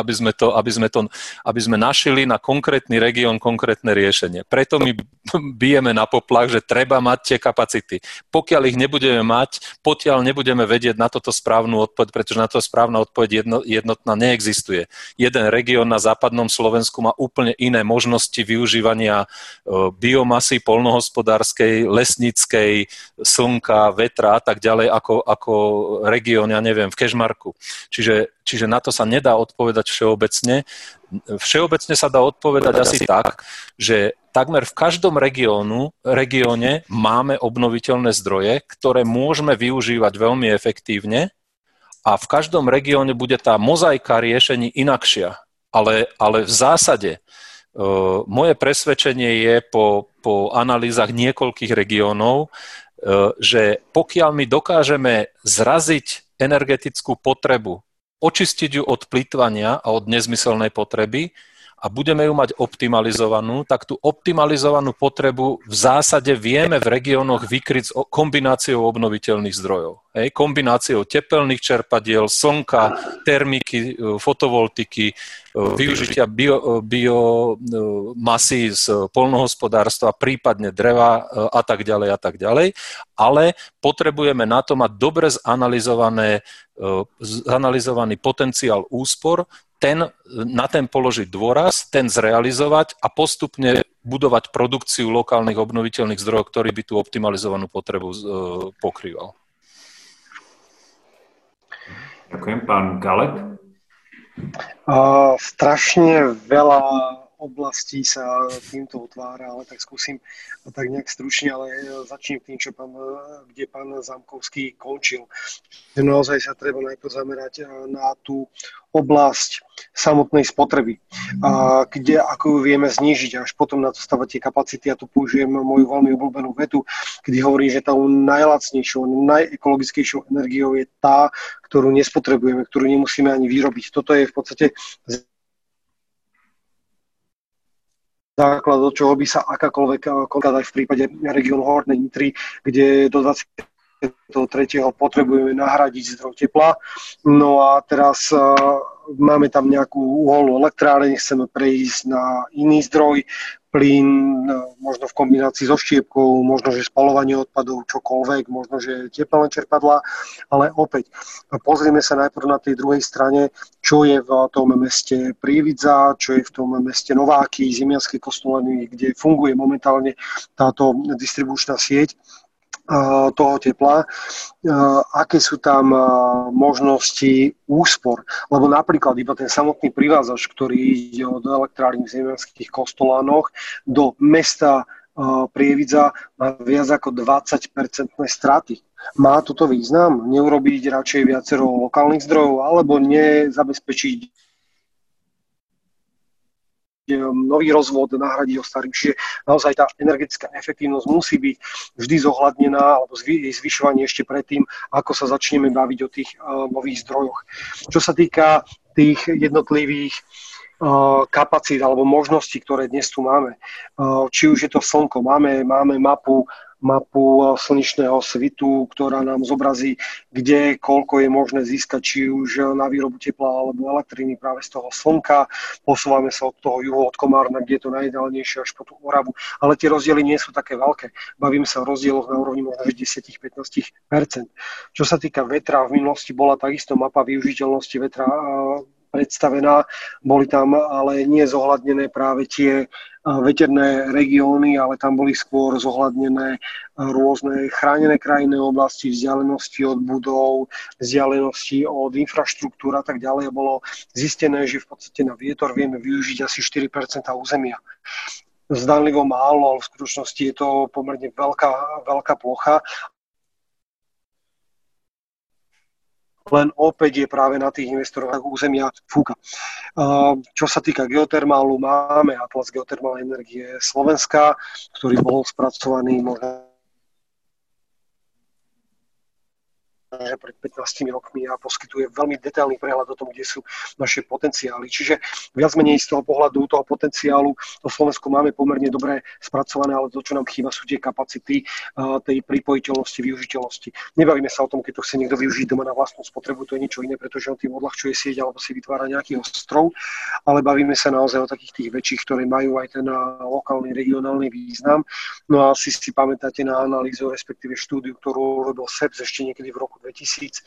Speaker 5: aby sme našili na konkrétny región konkrétne riešenie. Preto my bijeme na poplach, že treba mať tie kapacity. Pokiaľ ich nebudeme mať, potiaľ nebudeme vedieť na toto správnu odpoveď, pretože na to správna odpoveď jednotná neexistuje. Jeden región na západnom Slovensku má úplne iné možnosti využívania biomasy poľnohospodárskej, lesníckej, slnka, vetra a tak ďalej ako región, ja neviem, v Kežmarku. Čiže na to sa nedá odpovedať všeobecne. Všeobecne sa dá odpovedať asi tak, že takmer v každom regióne máme obnoviteľné zdroje, ktoré môžeme využívať veľmi efektívne a v každom regióne bude tá mozaika riešení inakšia. Ale v zásade moje presvedčenie je po analýzach niekoľkých regiónov, že pokiaľ my dokážeme zraziť energetickú potrebu, očistiť ju od plytvania a od nezmyselnej potreby a budeme ju mať optimalizovanú, tak tú optimalizovanú potrebu v zásade vieme v regiónoch vykryť s kombináciou obnoviteľných zdrojov. Kombináciou tepelných čerpadiel, slnka, termiky, fotovoltiky, využitia biomasy z poľnohospodárstva, prípadne dreva a tak ďalej, ale potrebujeme na to mať dobre zanalizovaný potenciál úspor, na ten položiť dôraz, ten zrealizovať a postupne budovať produkciu lokálnych obnoviteľných zdrojov, ktorý by tú optimalizovanú potrebu pokrýval.
Speaker 2: Ďakujem. Pán Galeb?
Speaker 6: Strašne veľa oblastí sa týmto otvára, ale tak skúsim tak nejak stručne, ale začnem tým, kde pán Zámkovský končil. Že naozaj sa treba najprv zamerať na tú oblasť samotnej spotreby, kde ako ju vieme znížiť, až potom na to stavať tie kapacity. Ja tu použijem moju veľmi obľúbenú vetu, kedy hovorím, že tá najlacnejšou, najekologickejšou energiou je tá, ktorú nespotrebujeme, ktorú nemusíme ani vyrobiť. Toto je v podstate základ, od čoho by sa akákoľvek aj v prípade regiónu Hornej Nitry, kde do 23. potrebujeme nahradiť zdroj tepla. No a teraz máme tam nejakú uholnú elektráreň, chceme prejsť na iný zdroj, plyn, možno v kombinácii so štiepkou, možno, že spaľovanie odpadov, čokoľvek, možno, že tepelné čerpadlá, ale opäť pozrieme sa najprv na tej druhej strane, čo je v tom meste Prievidza, čo je v tom meste Nováky, Zemianske Kostolany, kde funguje momentálne táto distribučná sieť toho tepla, aké sú tam možnosti úspor. Lebo napríklad iba ten samotný privázač, ktorý ide od elektrárny v Zemianských Kostolánoch do mesta Prievidza, má viac ako 20% straty. Má toto význam? Neurobiť radšej viacero lokálnych zdrojov alebo nezabezpečiť nový rozvod, nahradiť ho starým. Čiže naozaj tá energetická efektívnosť musí byť vždy zohľadnená, alebo jej zvyšovanie ešte predtým, ako sa začneme baviť o tých nových zdrojoch. Čo sa týka tých jednotlivých kapacít alebo možností, ktoré dnes tu máme. Či už je to slnko, máme mapu slnečného svitu, ktorá nám zobrazí, kde koľko je možné získať, či už na výrobu tepla alebo elektriny práve z toho slnka. Posúvame sa od toho juhu, od Komárna, kde je to najideálnejšie, až po tú Oravu. Ale tie rozdiely nie sú také veľké. Bavíme sa o rozdieloch na úrovni možno 10-15%. Čo sa týka vetra, v minulosti bola takisto mapa využiteľnosti vetra predstavená, boli tam ale nie zohľadnené práve tie veterné regióny, ale tam boli skôr zohľadnené rôzne chránené krajinné oblasti, vzdialenosti od budov, vzdialenosti od infraštruktúr a tak ďalej. Bolo zistené, že v podstate na vietor vieme využiť asi 4% územia. Zdanlivo málo, ale v skutočnosti je to pomerne veľká plocha. Len opäť je práve na tých investoroch územia fúka. Čo sa týka geotermálu, máme Atlas geotermálnej energie Slovenska, ktorý bol spracovaný možno že pred 15 rokmi a poskytuje veľmi detailný prehľad o tom, kde sú naše potenciály. Čiže viac menej z toho pohľadu toho potenciálu to Slovensku máme pomerne dobre spracované, ale to, čo nám chýba, sú tie kapacity tej pripojiteľnosti, využiteľnosti. Nebavíme sa o tom, keď to chce niekto využiť doma na vlastnú spotrebu, to je niečo iné, pretože on tým odľahčuje sieť alebo si vytvára nejaký ostrov, ale bavíme sa naozaj o takých tých väčších, ktoré majú aj ten lokálny, regionálny význam. No a si pamätáte na analýzu, respektíve štúdiu, ktorú robil SEPS ešte niekedy v roku 2011,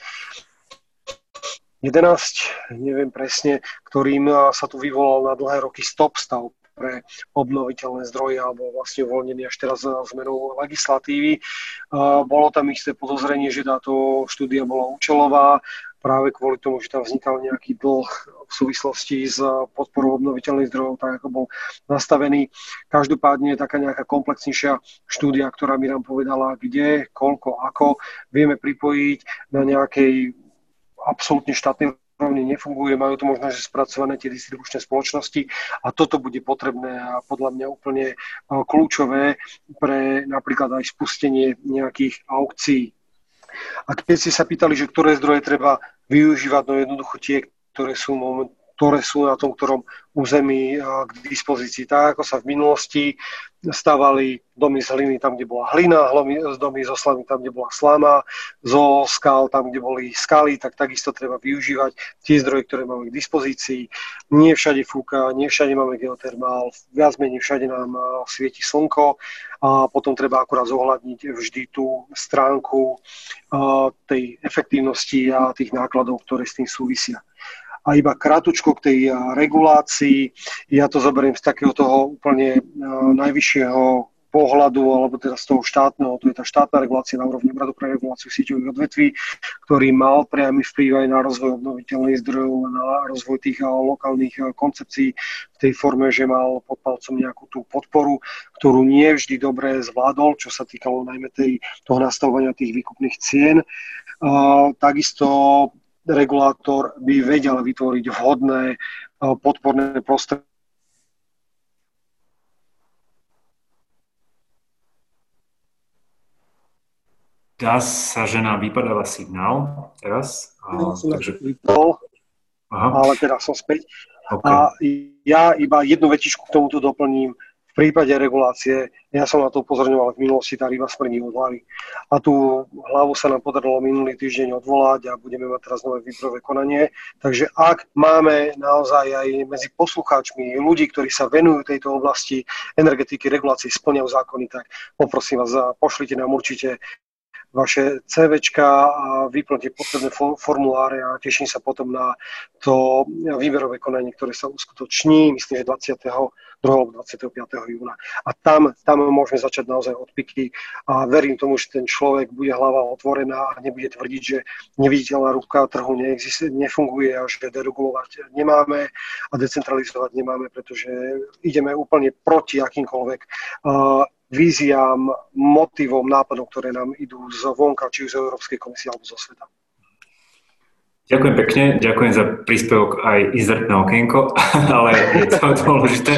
Speaker 6: neviem presne, ktorým sa tu vyvolal na dlhé roky stop stav pre obnoviteľné zdroje alebo vlastne uvoľnený až teraz zmenou legislatívy. Bolo tam isté podozrenie, že táto štúdia bola účelová, práve kvôli tomu, že tam vznikal nejaký dlh v súvislosti s podporou obnoviteľných zdrojov, tak ako bol nastavený. Každopádne je taká nejaká komplexnejšia štúdia, ktorá mi nám povedala, kde, koľko, ako vieme pripojiť na nejakej absolútne štátnej úrovni nefunguje, majú to možno, že spracované tie distribučné spoločnosti a toto bude potrebné a podľa mňa úplne kľúčové pre napríklad aj spustenie nejakých aukcií. A keď ste sa pýtali, že ktoré zdroje treba využívať, no jednoducho tie, ktoré sú na tom ktorom území k dispozícii. Tak, ako sa v minulosti stavali domy z hliny tam, kde bola hlina, domy zo slamy tam, kde bola slama, zo skal tam, kde boli skaly, tak takisto treba využívať tie zdroje, ktoré máme k dispozícii. Nie všade fúka, nie všade máme geotermál, viac menej všade nám svieti slnko a potom treba akurát zohľadniť vždy tú stránku tej efektívnosti a tých nákladov, ktoré s tým súvisia. A iba krátko k tej regulácii, ja to zoberiem z takého toho úplne najvyššieho pohľadu, alebo teda z toho štátneho, to je tá štátna regulácia na úrovni Úradu pre reguláciu síťových odvetví, ktorý mal priamy vplyv aj na rozvoj obnoviteľných zdrojov, na rozvoj tých lokálnych koncepcií v tej forme, že mal pod palcom nejakú tú podporu, ktorú nie vždy dobre zvládol, čo sa týkalo najmä toho nastavovania tých výkupných cien. Takisto regulátor by vedel vytvoriť vhodné podporné prostredie.
Speaker 2: Dá sa, že nám vypadáva signál teraz. Takže...
Speaker 6: Ale teraz som späť.
Speaker 2: Okay.
Speaker 6: A ja iba jednu vetičku k tomuto doplním. V prípade regulácie, ja som na to upozorňoval v minulosti, tá ryba smrdí od hlavy. A tú hlavu sa nám podarilo minulý týždeň odvolať a budeme mať teraz nové výberové konanie. Takže ak máme naozaj aj medzi poslucháčmi ľudí, ktorí sa venujú tejto oblasti energetiky, regulácie, spĺňajú zákony, tak poprosím vás, pošlite nám určite vaše CVčka a vyplňte potrebné formuláre a teším sa potom na to výberové konanie, ktoré sa uskutoční, myslím, že 22. alebo 25. júna. A tam môžeme začať naozaj odpiky a verím tomu, že ten človek bude hlava otvorená a nebude tvrdiť, že neviditeľná ruka trhu nefunguje a že deregulovať nemáme a decentralizovať nemáme, pretože ideme úplne proti akýmkoľvek víziám, motivom, nápadom, ktoré nám idú zvonka, či už z Európskej komisie alebo zo sveta.
Speaker 2: Ďakujem pekne, ďakujem za príspevok aj inzertné okienko, ale je to dôležité.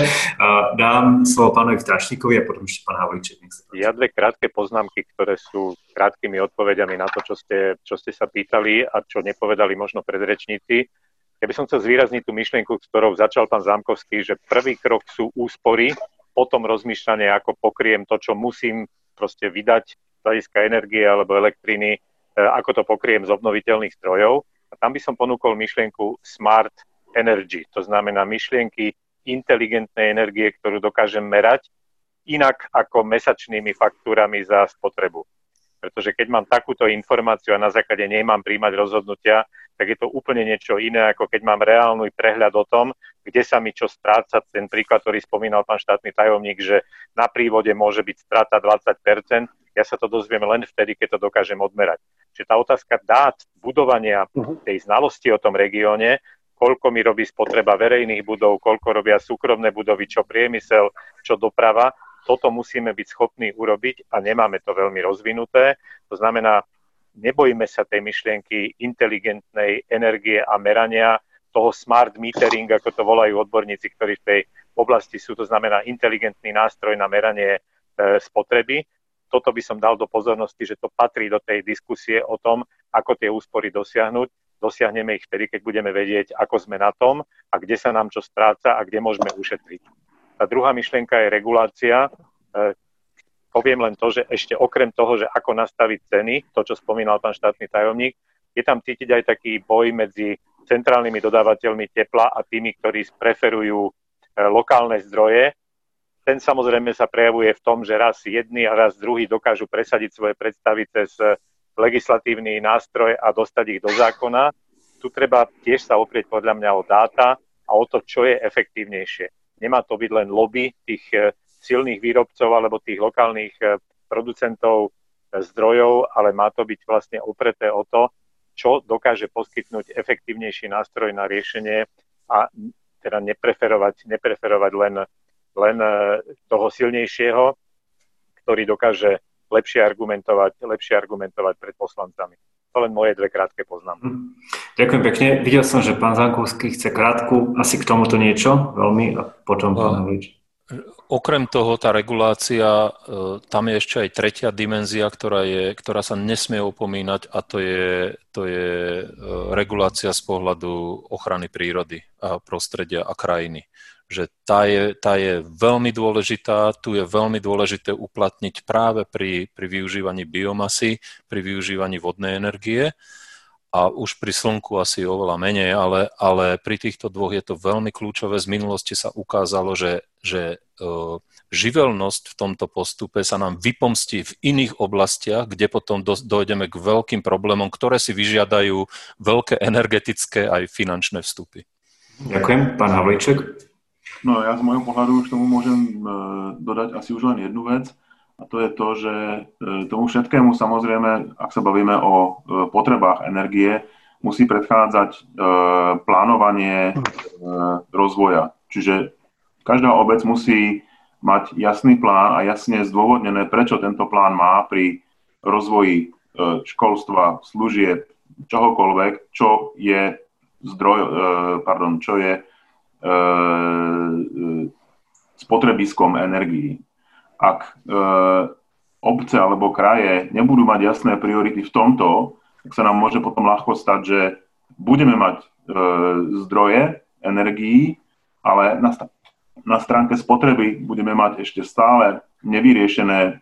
Speaker 2: Dám slovo pánovi Strašníkovi a potom ešte pán Havlíček.
Speaker 7: Ja dve krátke poznámky, ktoré sú krátkými odpovediami na to, čo ste sa pýtali a čo nepovedali možno predrečníci. Ja by som chcel zvýrazniť tú myšlienku, ktorou začal pán Zámkovský, že prvý krok sú úspory, potom rozmýšľanie, ako pokriem to, čo musím proste vydať z hľadiska energie alebo elektriny, ako to pokriem z obnoviteľných zdrojov. A tam by som ponúkol myšlienku smart energy, to znamená myšlienky inteligentnej energie, ktorú dokážem merať inak ako mesačnými faktúrami za spotrebu. Pretože keď mám takúto informáciu a na základe nej mám príjmať rozhodnutia, tak je to úplne niečo iné, ako keď mám reálny prehľad o tom, kde sa mi čo stráca. Ten príklad, ktorý spomínal pán štátny tajomník, že na prívode môže byť strata 20%, ja sa to dozviem len vtedy, keď to dokážem odmerať. Čiže tá otázka dát, budovania tej znalosti o tom regióne, koľko mi robí spotreba verejných budov, koľko robia súkromné budovy, čo priemysel, čo doprava, toto musíme byť schopní urobiť a nemáme to veľmi rozvinuté. To znamená, nebojíme sa tej myšlienky inteligentnej energie a merania, toho smart metering, ako to volajú odborníci, ktorí v tej oblasti sú, to znamená inteligentný nástroj na meranie spotreby. Toto by som dal do pozornosti, že to patrí do tej diskusie o tom, ako tie úspory dosiahnuť. Dosiahneme ich vtedy, keď budeme vedieť, ako sme na tom a kde sa nám čo stráca a kde môžeme ušetriť. Tá druhá myšlienka je regulácia. Poviem len to, že ešte okrem toho, že ako nastaviť ceny, to, čo spomínal pán štátny tajomník, je tam cítiť aj taký boj medzi centrálnymi dodávateľmi tepla a tými, ktorí preferujú lokálne zdroje. Ten samozrejme sa prejavuje v tom, že raz jedni a raz druhí dokážu presadiť svoje predstavy cez legislatívny nástroj a dostať ich do zákona. Tu treba tiež sa oprieť podľa mňa o dáta a o to, čo je efektívnejšie. Nemá to byť len lobby tých silných výrobcov alebo tých lokálnych producentov zdrojov, ale má to byť vlastne opreté o to, čo dokáže poskytnúť efektívnejší nástroj na riešenie a teda nepreferovať len toho silnejšieho, ktorý dokáže lepšie argumentovať pred poslancami. To len moje dve krátke poznámky.
Speaker 2: Ďakujem pekne. Videl som, že pán Zámkovský chce krátku, asi k tomuto niečo veľmi a potom pán Havlíček.
Speaker 5: Okrem toho, tá regulácia, tam je ešte aj tretia dimenzia, ktorá sa nesmie opomínať a to je regulácia z pohľadu ochrany prírody a prostredia a krajiny. Že tá je veľmi dôležitá, tu je veľmi dôležité uplatniť práve pri využívaní biomasy, pri využívaní vodnej energie a už pri slnku asi oveľa menej, ale pri týchto dvoch je to veľmi kľúčové. Z minulosti sa ukázalo, že živelnosť v tomto postupe sa nám vypomstí v iných oblastiach, kde potom dojdeme k veľkým problémom, ktoré si vyžiadajú veľké energetické aj finančné vstupy.
Speaker 2: Ďakujem. Pán Havlíček.
Speaker 4: No ja z môjho pohľadu už tomu môžem dodať asi už len jednu vec, a to je to, že tomu všetkému samozrejme, ak sa bavíme o potrebách energie, musí predchádzať plánovanie rozvoja. Čiže každá obec musí mať jasný plán a jasne zdôvodnené, prečo tento plán má pri rozvoji školstva, služieb, čohokoľvek, čo je spotrebiskom energií. Ak obce alebo kraje nebudú mať jasné priority v tomto, tak sa nám môže potom ľahko stať, že budeme mať zdroje energií, ale na stránke spotreby budeme mať ešte stále nevyriešené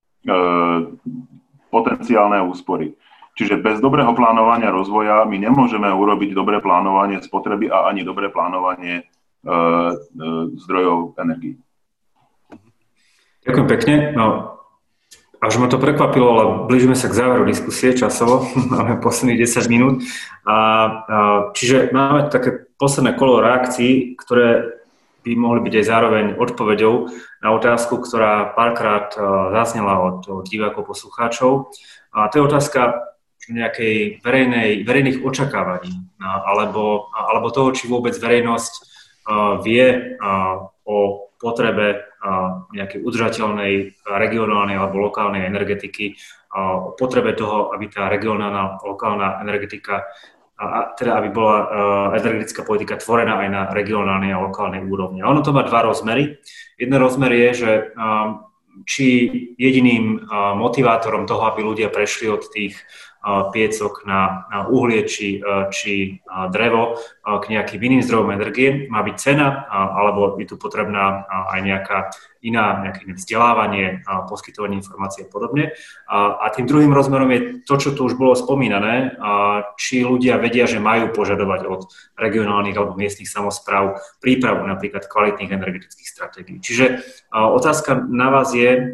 Speaker 4: potenciálne úspory. Čiže bez dobrého plánovania rozvoja my nemôžeme urobiť dobré plánovanie spotreby a ani dobré plánovanie zdrojov energií.
Speaker 2: Ďakujem pekne. No, až ma to prekvapilo, ale blížime sa k záveru diskusie časovo. Máme posledných 10 minút. Čiže máme také posledné kolo reakcií, ktoré by mohli byť aj zároveň odpoveďou na otázku, ktorá párkrát zaznela od divákov, poslucháčov. A to je otázka nejakej verejných očakávaní alebo toho, či vôbec verejnosť vie o potrebe nejakej udržateľnej regionálnej alebo lokálnej energetiky, o potrebe toho, aby tá regionálna lokálna energetika, teda aby bola energetická politika tvorená aj na regionálnej a lokálnej úrovni. A ono to má dva rozmery. Jeden rozmer je, že či jediným motivátorom toho, aby ľudia prešli od tých piecok na uhlie či drevo k nejakým iným zdrojom energie, má byť cena, alebo je tu potrebná aj nejaké vzdelávanie, poskytovanie informácií a podobne. A tým druhým rozmerom je to, čo tu už bolo spomínané, či ľudia vedia, že majú požadovať od regionálnych alebo miestnych samospráv prípravu napríklad kvalitných energetických stratégií. Čiže otázka na vás je,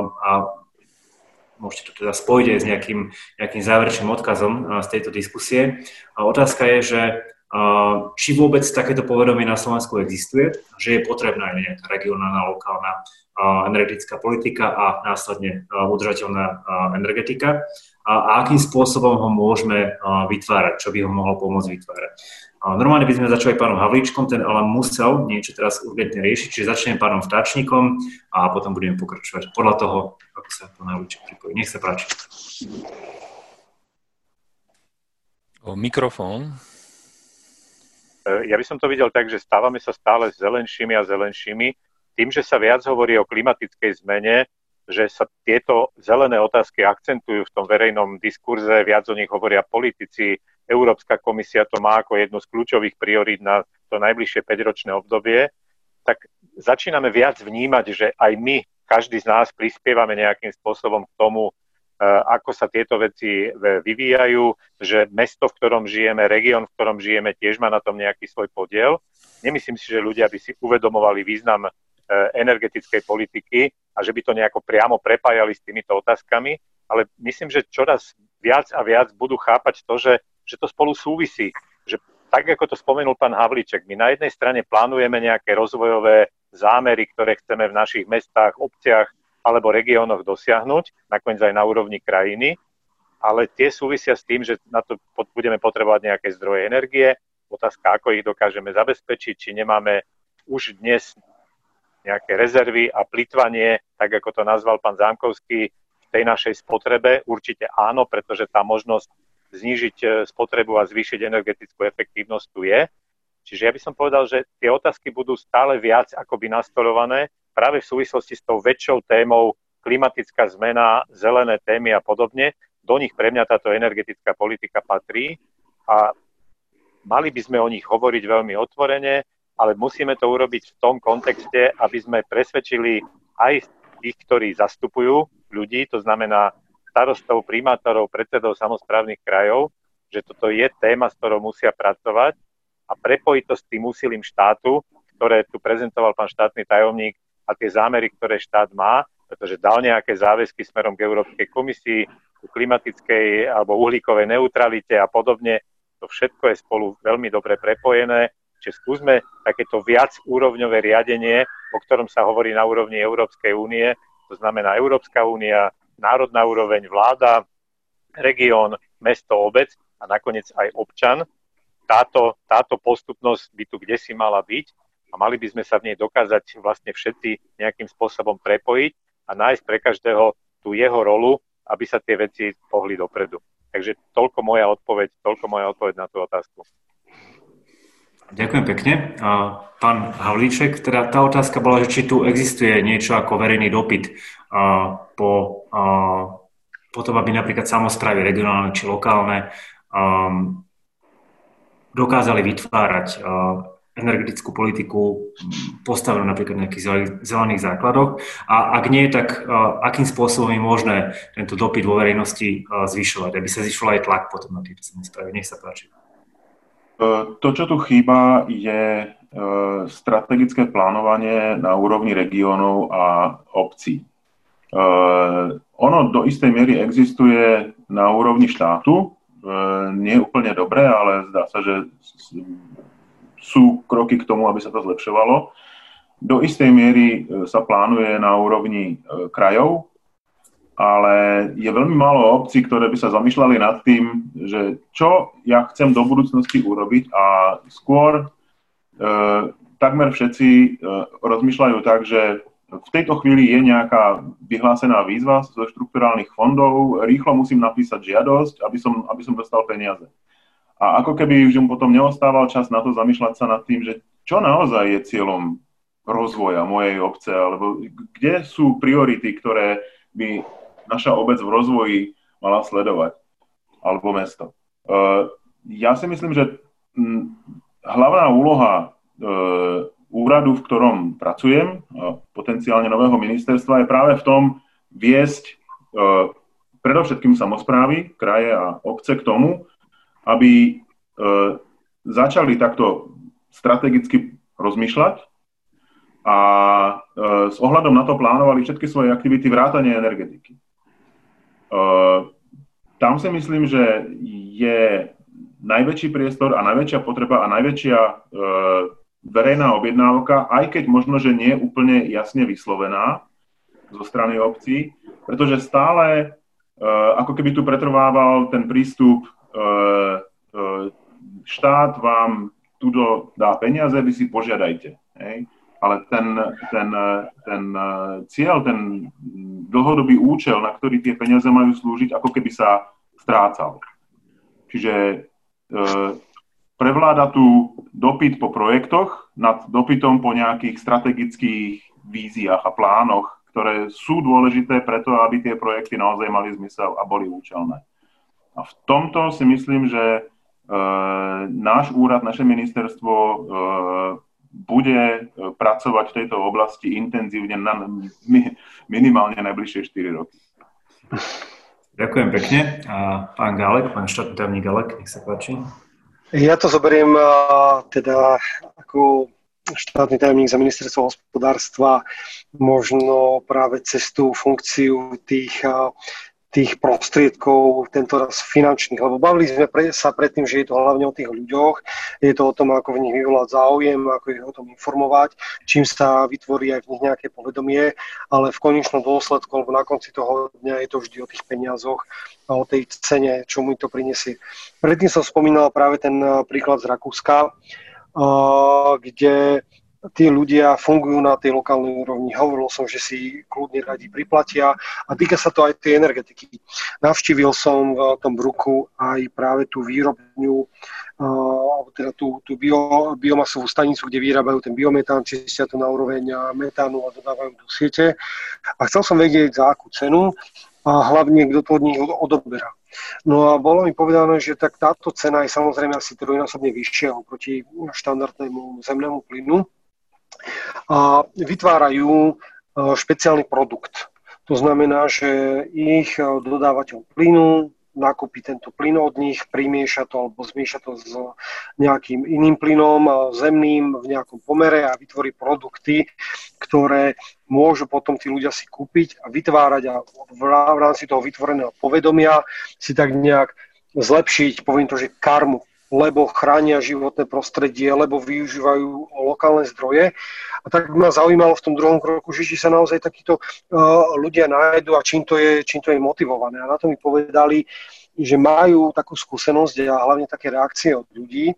Speaker 2: môžete to teda spojiť aj s nejakým záverečným odkazom z tejto diskusie. Otázka je, že či vôbec takéto povedomie na Slovensku existuje, že je potrebná aj nejaká regionálna, lokálna energetická politika a následne udržateľná energetika a akým spôsobom ho môžeme vytvárať, čo by ho mohlo pomôcť vytvárať. Normálne by sme začali pánom Havlíčkom, ten ale musel niečo teraz urgentne riešiť, čiže začneme pánom Vtáčnikom a potom budeme pokračovať podľa toho, ako sa pán Havlíček pripojí. Nech sa páči.
Speaker 5: Mikrofón.
Speaker 7: Ja by som to videl tak, že stávame sa stále zelenšími a zelenšími. Tým, že sa viac hovorí o klimatickej zmene, že sa tieto zelené otázky akcentujú v tom verejnom diskurze, viac o nich hovoria politici, Európska komisia to má ako jednu z kľúčových priorít na to najbližšie 5-ročné obdobie, tak začíname viac vnímať, že aj my, každý z nás prispievame nejakým spôsobom k tomu, ako sa tieto veci vyvíjajú, že mesto, v ktorom žijeme, región, v ktorom žijeme, tiež má na tom nejaký svoj podiel. Nemyslím si, že ľudia by si uvedomovali význam energetickej politiky a že by to nejako priamo prepájali s týmito otázkami, ale myslím, že čoraz viac a viac budú chápať to, že to spolu súvisí. Že tak, ako to spomenul pán Havlíček, my na jednej strane plánujeme nejaké rozvojové zámery, ktoré chceme v našich mestách, obciach alebo regiónoch dosiahnuť, nakoniec aj na úrovni krajiny, ale tie súvisia s tým, že na to budeme potrebovať nejaké zdroje energie. Otázka, ako ich dokážeme zabezpečiť, či nemáme už dnes nejaké rezervy a plytvanie, tak ako to nazval pán Zámkovský, v tej našej spotrebe. Určite áno, pretože tá možnosť znížiť spotrebu a zvýšiť energetickú efektívnosť tu je. Čiže ja by som povedal, že tie otázky budú stále viac akoby nastolované práve v súvislosti s tou väčšou témou klimatická zmena, zelené témy a podobne. Do nich pre mňa táto energetická politika patrí a mali by sme o nich hovoriť veľmi otvorene, ale musíme to urobiť v tom kontexte, aby sme presvedčili aj tých, ktorí zastupujú ľudí, to znamená starostov, primátorov, predsedov samosprávnych krajov, že toto je téma, s ktorou musia pracovať a prepojiť to s tým úsilím štátu, ktoré tu prezentoval pán štátny tajomník a tie zámery, ktoré štát má, pretože dal nejaké záväzky smerom k Európskej komisii, ku klimatickej alebo uhlíkovej neutralite a podobne. To všetko je spolu veľmi dobre prepojené. Čiže skúsme takéto viacúrovňové riadenie, o ktorom sa hovorí na úrovni Európskej únie, to znamená Európska únia, národná úroveň, vláda, región, mesto, obec a nakoniec aj občan. Táto postupnosť by tu kdesi mala byť a mali by sme sa v nej dokázať vlastne všetci nejakým spôsobom prepojiť a nájsť pre každého tú jeho rolu, aby sa tie veci pohli dopredu. Takže toľko moja odpoveď na tú otázku.
Speaker 2: Ďakujem pekne. Pán Havlíček, teda tá otázka bola, že či tu existuje niečo ako verejný dopyt po tom, aby napríklad samosprávy regionálne či lokálne dokázali vytvárať energetickú politiku postavenú napríklad na nejakých zelených základoch. A ak nie, tak akým spôsobom je možné tento dopyt vo verejnosti zvyšovať, aby sa zvyšoval aj tlak potom na tieto samosprávy. Nech sa páči.
Speaker 4: To, čo tu chýba, je strategické plánovanie na úrovni regiónov a obcí. Ono do istej miery existuje na úrovni štátu, nie úplne dobre, ale zdá sa, že sú kroky k tomu, aby sa to zlepšovalo. Do istej miery sa plánuje na úrovni krajov, ale je veľmi málo obcí, ktoré by sa zamýšľali nad tým, že čo ja chcem do budúcnosti urobiť a skôr takmer všetci rozmýšľajú tak, že v tejto chvíli je nejaká vyhlásená výzva zo štrukturálnych fondov, rýchlo musím napísať žiadosť, aby som dostal peniaze. A ako keby už potom neostával čas na to zamýšľať sa nad tým, že čo naozaj je cieľom rozvoja mojej obce, alebo kde sú priority, ktoré by naša obec v rozvoji mala sledovať, alebo mesto. Ja si myslím, že hlavná úloha úradu, v ktorom pracujem, potenciálne nového ministerstva, je práve v tom viesť predovšetkým samosprávy, kraje a obce k tomu, aby začali takto strategicky rozmýšľať a s ohľadom na to plánovali všetky svoje aktivity vrátane energetiky. Tam si myslím, že je najväčší priestor a najväčšia potreba a najväčšia verejná objednávka, aj keď možno, že nie je úplne jasne vyslovená zo strany obcí, pretože stále ako keby tu pretrvával ten prístup štát vám tuto dá peniaze, vy si požiadajte. Hej? Ale ten cieľ, ten dlhodobý účel, na ktorý tie peniaze majú slúžiť, ako keby sa strácal. Čiže prevláda tu dopyt po projektoch nad dopytom po nejakých strategických víziách a plánoch, ktoré sú dôležité preto, aby tie projekty naozaj mali zmysel a boli účelné. A v tomto si myslím, že náš úrad, naše ministerstvo bude pracovať v tejto oblasti intenzívne na minimálne najbližšie 4 roky.
Speaker 2: Ďakujem pekne. A pán Galek, pán štátny tajomník Galek, nech sa páči.
Speaker 6: Ja to zoberiem teda ako štátny tajomník za ministerstvo hospodárstva možno práve cez tú funkciu tých prostriedkov, tento raz finančných, lebo bavili sme sa predtým, že je to hlavne o tých ľuďoch, je to o tom, ako v nich vyvolať záujem, ako ich o tom informovať, čím sa vytvorí aj v nich nejaké povedomie, ale v konečnom dôsledku, alebo na konci toho dňa je to vždy o tých peniazoch a o tej cene, čo mu to prinesie. Predtým som spomínal práve ten príklad z Rakúska, kde tí ľudia fungujú na tej lokálnej úrovni. Hovoril som, že si kľudne radi priplatia a týka sa to aj tej energetiky. Navštívil som v tom Bruku aj práve tú výrobňu, teda tú biomasovú stanicu, kde vyrábajú ten biometán, čistia to na úroveň metánu a dodávajú do siete. A chcel som vedieť, za akú cenu a hlavne, kto to od nich odoberá. No a bolo mi povedané, že tak táto cena je samozrejme asi trojnásobne vyššia oproti štandardnému zemnému plynu. A vytvárajú špeciálny produkt. To znamená, že ich dodávateľ plynu nakúpiť tento plyn od nich, primieša to alebo zmieša to s nejakým iným plynom, zemným v nejakom pomere a vytvorí produkty, ktoré môžu potom tí ľudia si kúpiť a vytvárať a v rámci toho vytvoreného povedomia si tak nejak zlepšiť, poviem to, že karmu, lebo chránia životné prostredie, lebo využívajú lokálne zdroje. A tak ma zaujímalo v tom druhom kroku, že či sa naozaj takíto ľudia nájdu a čím to je motivované. A na to mi povedali, že majú takú skúsenosť a hlavne také reakcie od ľudí,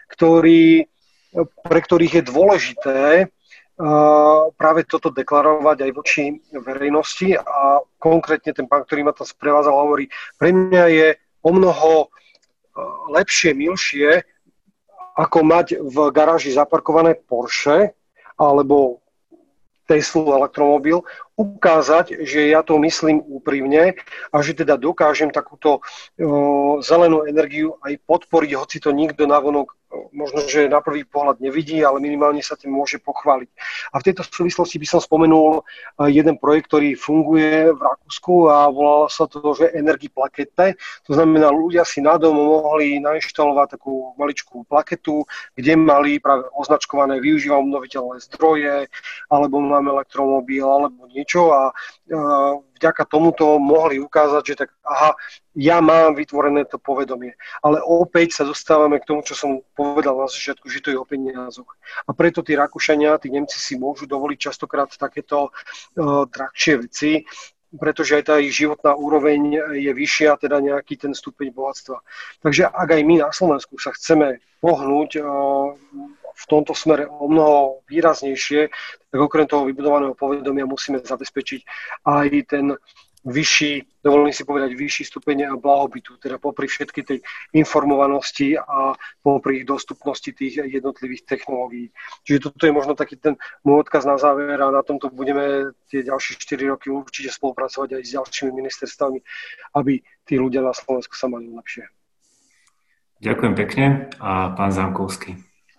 Speaker 6: pre ktorých je dôležité práve toto deklarovať aj voči verejnosti. A konkrétne ten pán, ktorý ma tam sprevádzal, hovorí, pre mňa je o mnoho lepšie, milšie, ako mať v garáži zaparkované Porsche alebo Tesla elektromobil, ukázať, že ja to myslím úprimne a že teda dokážem takúto zelenú energiu aj podporiť, hoci to nikto navonok možno, že na prvý pohľad nevidí, ale minimálne sa tým môže pochváliť. A v tejto súvislosti by som spomenul jeden projekt, ktorý funguje v Rakúsku a volalo sa to, že Energieplakette. To znamená, ľudia si na dom mohli nainštalovať takú maličkú plaketu, kde mali práve označkované využívam obnoviteľné zdroje, alebo máme elektromobil, alebo niečo a vďaka tomuto mohli ukázať, že tak aha, ja mám vytvorené to povedomie. Ale opäť sa dostávame k tomu, čo som povedal na začiatku, že to je o peniazoch. A preto tí Rakúšania, tí Nemci si môžu dovoliť častokrát takéto drahšie veci, pretože aj tá ich životná úroveň je vyššia, teda nejaký ten stupeň bohatstva. Takže ak aj my na Slovensku sa chceme pohnúť v tomto smere o mnoho výraznejšie, tak okrem toho vybudovaného povedomia musíme zabezpečiť aj ten vyšší, dovolím si povedať, vyšší stupeň blahobytu, teda popri všetky tej informovanosti a popri dostupnosti tých jednotlivých technológií. Čiže toto je možno taký ten môj odkaz na záver a na tomto budeme tie ďalšie 4 roky určite spolupracovať aj s ďalšími ministerstvami, aby tí ľudia na Slovensku sa mali lepšie.
Speaker 2: Ďakujem pekne. A pán Zámkovský.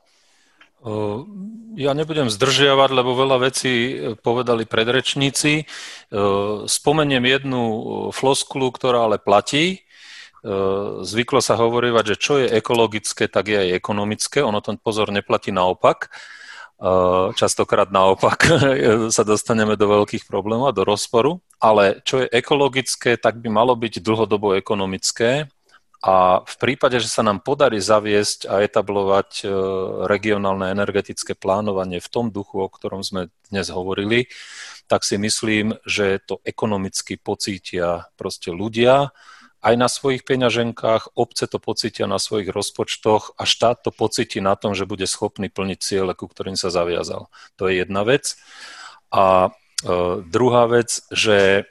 Speaker 5: Ja nebudem zdržiavať, lebo veľa vecí povedali predrečníci. Spomeniem jednu floskulu, ktorá ale platí. Zvyklo sa hovorívať, že čo je ekologické, tak je aj ekonomické. Ono ten pozor neplatí naopak. Častokrát naopak sa dostaneme do veľkých problémov a do rozporu. Ale čo je ekologické, tak by malo byť dlhodobo ekonomické. A v prípade, že sa nám podarí zaviesť a etablovať regionálne energetické plánovanie v tom duchu, o ktorom sme dnes hovorili, tak si myslím, že to ekonomicky pocítia proste ľudia aj na svojich peňaženkách, obce to pocítia na svojich rozpočtoch a štát to pocíti na tom, že bude schopný plniť ciele, ku ktorým sa zaviazal. To je jedna vec. A druhá vec, že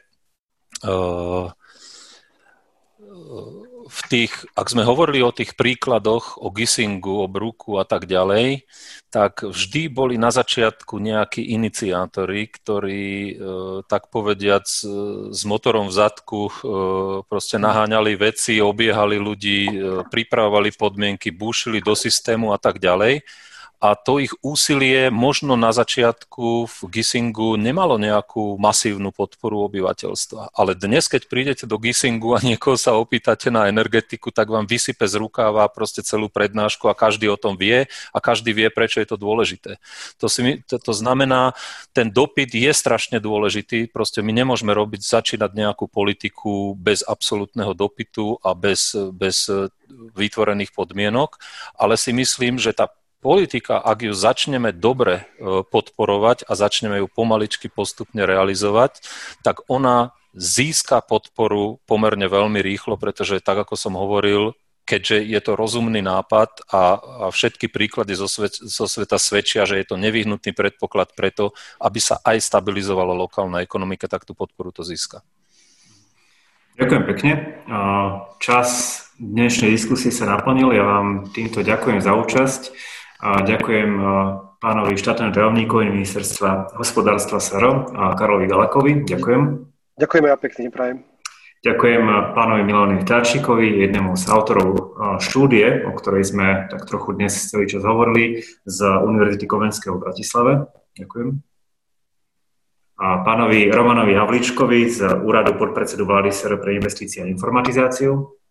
Speaker 5: ak sme hovorili o tých príkladoch, o Gissingu, o Bruku a tak ďalej, tak vždy boli na začiatku nejakí iniciátori, ktorí, tak povediac, s motorom v zadku proste naháňali veci, obiehali ľudí, pripravovali podmienky, búšili do systému a tak ďalej. A to ich úsilie možno na začiatku v Gissingu nemalo nejakú masívnu podporu obyvateľstva. Ale dnes, keď prídete do Gissingu a niekoho sa opýtate na energetiku, tak vám vysype z rukáva proste celú prednášku a každý o tom vie a každý vie, prečo je to dôležité. To znamená, ten dopyt je strašne dôležitý. Proste my nemôžeme začínať nejakú politiku bez absolútneho dopytu a bez vytvorených podmienok, ale si myslím, že tá politika, ak ju začneme dobre podporovať a začneme ju pomaličky postupne realizovať, tak ona získa podporu pomerne veľmi rýchlo, pretože tak, ako som hovoril, keďže je to rozumný nápad a všetky príklady zo sveta svedčia, že je to nevyhnutný predpoklad preto, aby sa aj stabilizovala lokálna ekonomika, tak tú podporu to získa.
Speaker 2: Ďakujem pekne. Čas dnešnej diskusie sa naplnil. Ja vám týmto ďakujem za účasť. Ďakujem pánovi štátnemu tajomníkovi ministerstva hospodárstva SR a Karlovi Galakovi. Ďakujem. Ďakujem
Speaker 6: ja pekne, prajem.
Speaker 2: Ďakujem pánovi Milanovi Vtáčikovi, jednému z autorov štúdie, o ktorej sme tak trochu dnes celý čas hovorili, z Univerzity Komenského v Bratislave. Ďakujem. A pánovi Romanovi Havlíčkovi z Úradu podpredsedu vlády SR pre investície a informatizáciu.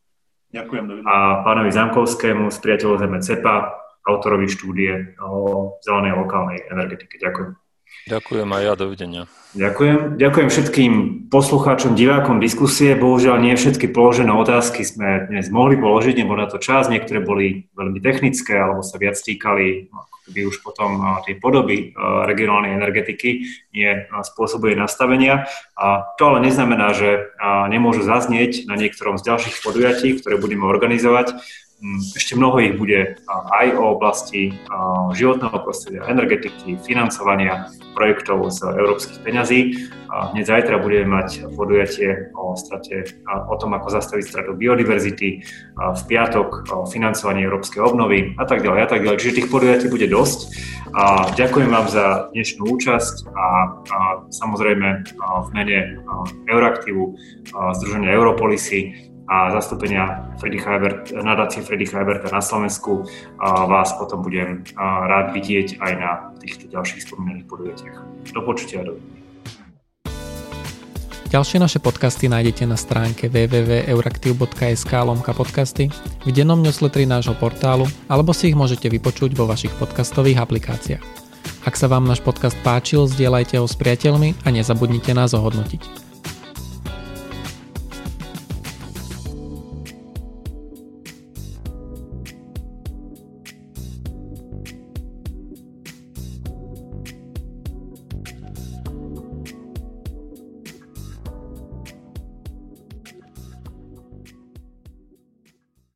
Speaker 4: Ďakujem, dovidenia.
Speaker 2: A pánovi Zamkovskému z Priateľov Zeme CEPA, autorovi štúdie o zelenej lokálnej energetike. Ďakujem.
Speaker 5: Ďakujem aj ja, dovidenia.
Speaker 2: Ďakujem všetkým poslucháčom, divákom diskusie. Bohužiaľ nie všetky položené otázky sme dnes mohli položiť, nebo na to čas. Niektoré boli veľmi technické, alebo sa viac týkali by už potom tie podoby regionálnej energetiky, nie spôsobu jej nastavenia. A to ale neznamená, že nemôžu zaznieť na niektorom z ďalších podujatí, ktoré budeme organizovať. Ešte mnoho ich bude aj o oblasti životného prostredia, energetiky, financovania projektov z európskych peňazí. Hneď zajtra budeme mať podujatie o tom, ako zastaviť stratu biodiverzity, v piatok o financovaní európskej obnovy a tak ďalej. Čiže tých podujatí bude dosť. Ďakujem vám za dnešnú účasť a samozrejme v mene Euraktivu, Združenia Europolisy a zastúpenia nadácie Friedricha Eberta na Slovensku vás potom budem rád vidieť aj na týchto ďalších spomínaných podujatiach. Do počutia.
Speaker 1: Ďalšie naše podcasty nájdete na stránke www.euraktiv.sk/podcasty, v dennom newsletteri nášho portálu, alebo si ich môžete vypočuť vo vašich podcastových aplikáciách. Ak sa vám náš podcast páčil, zdieľajte ho s priateľmi a nezabudnite nás ohodnotiť.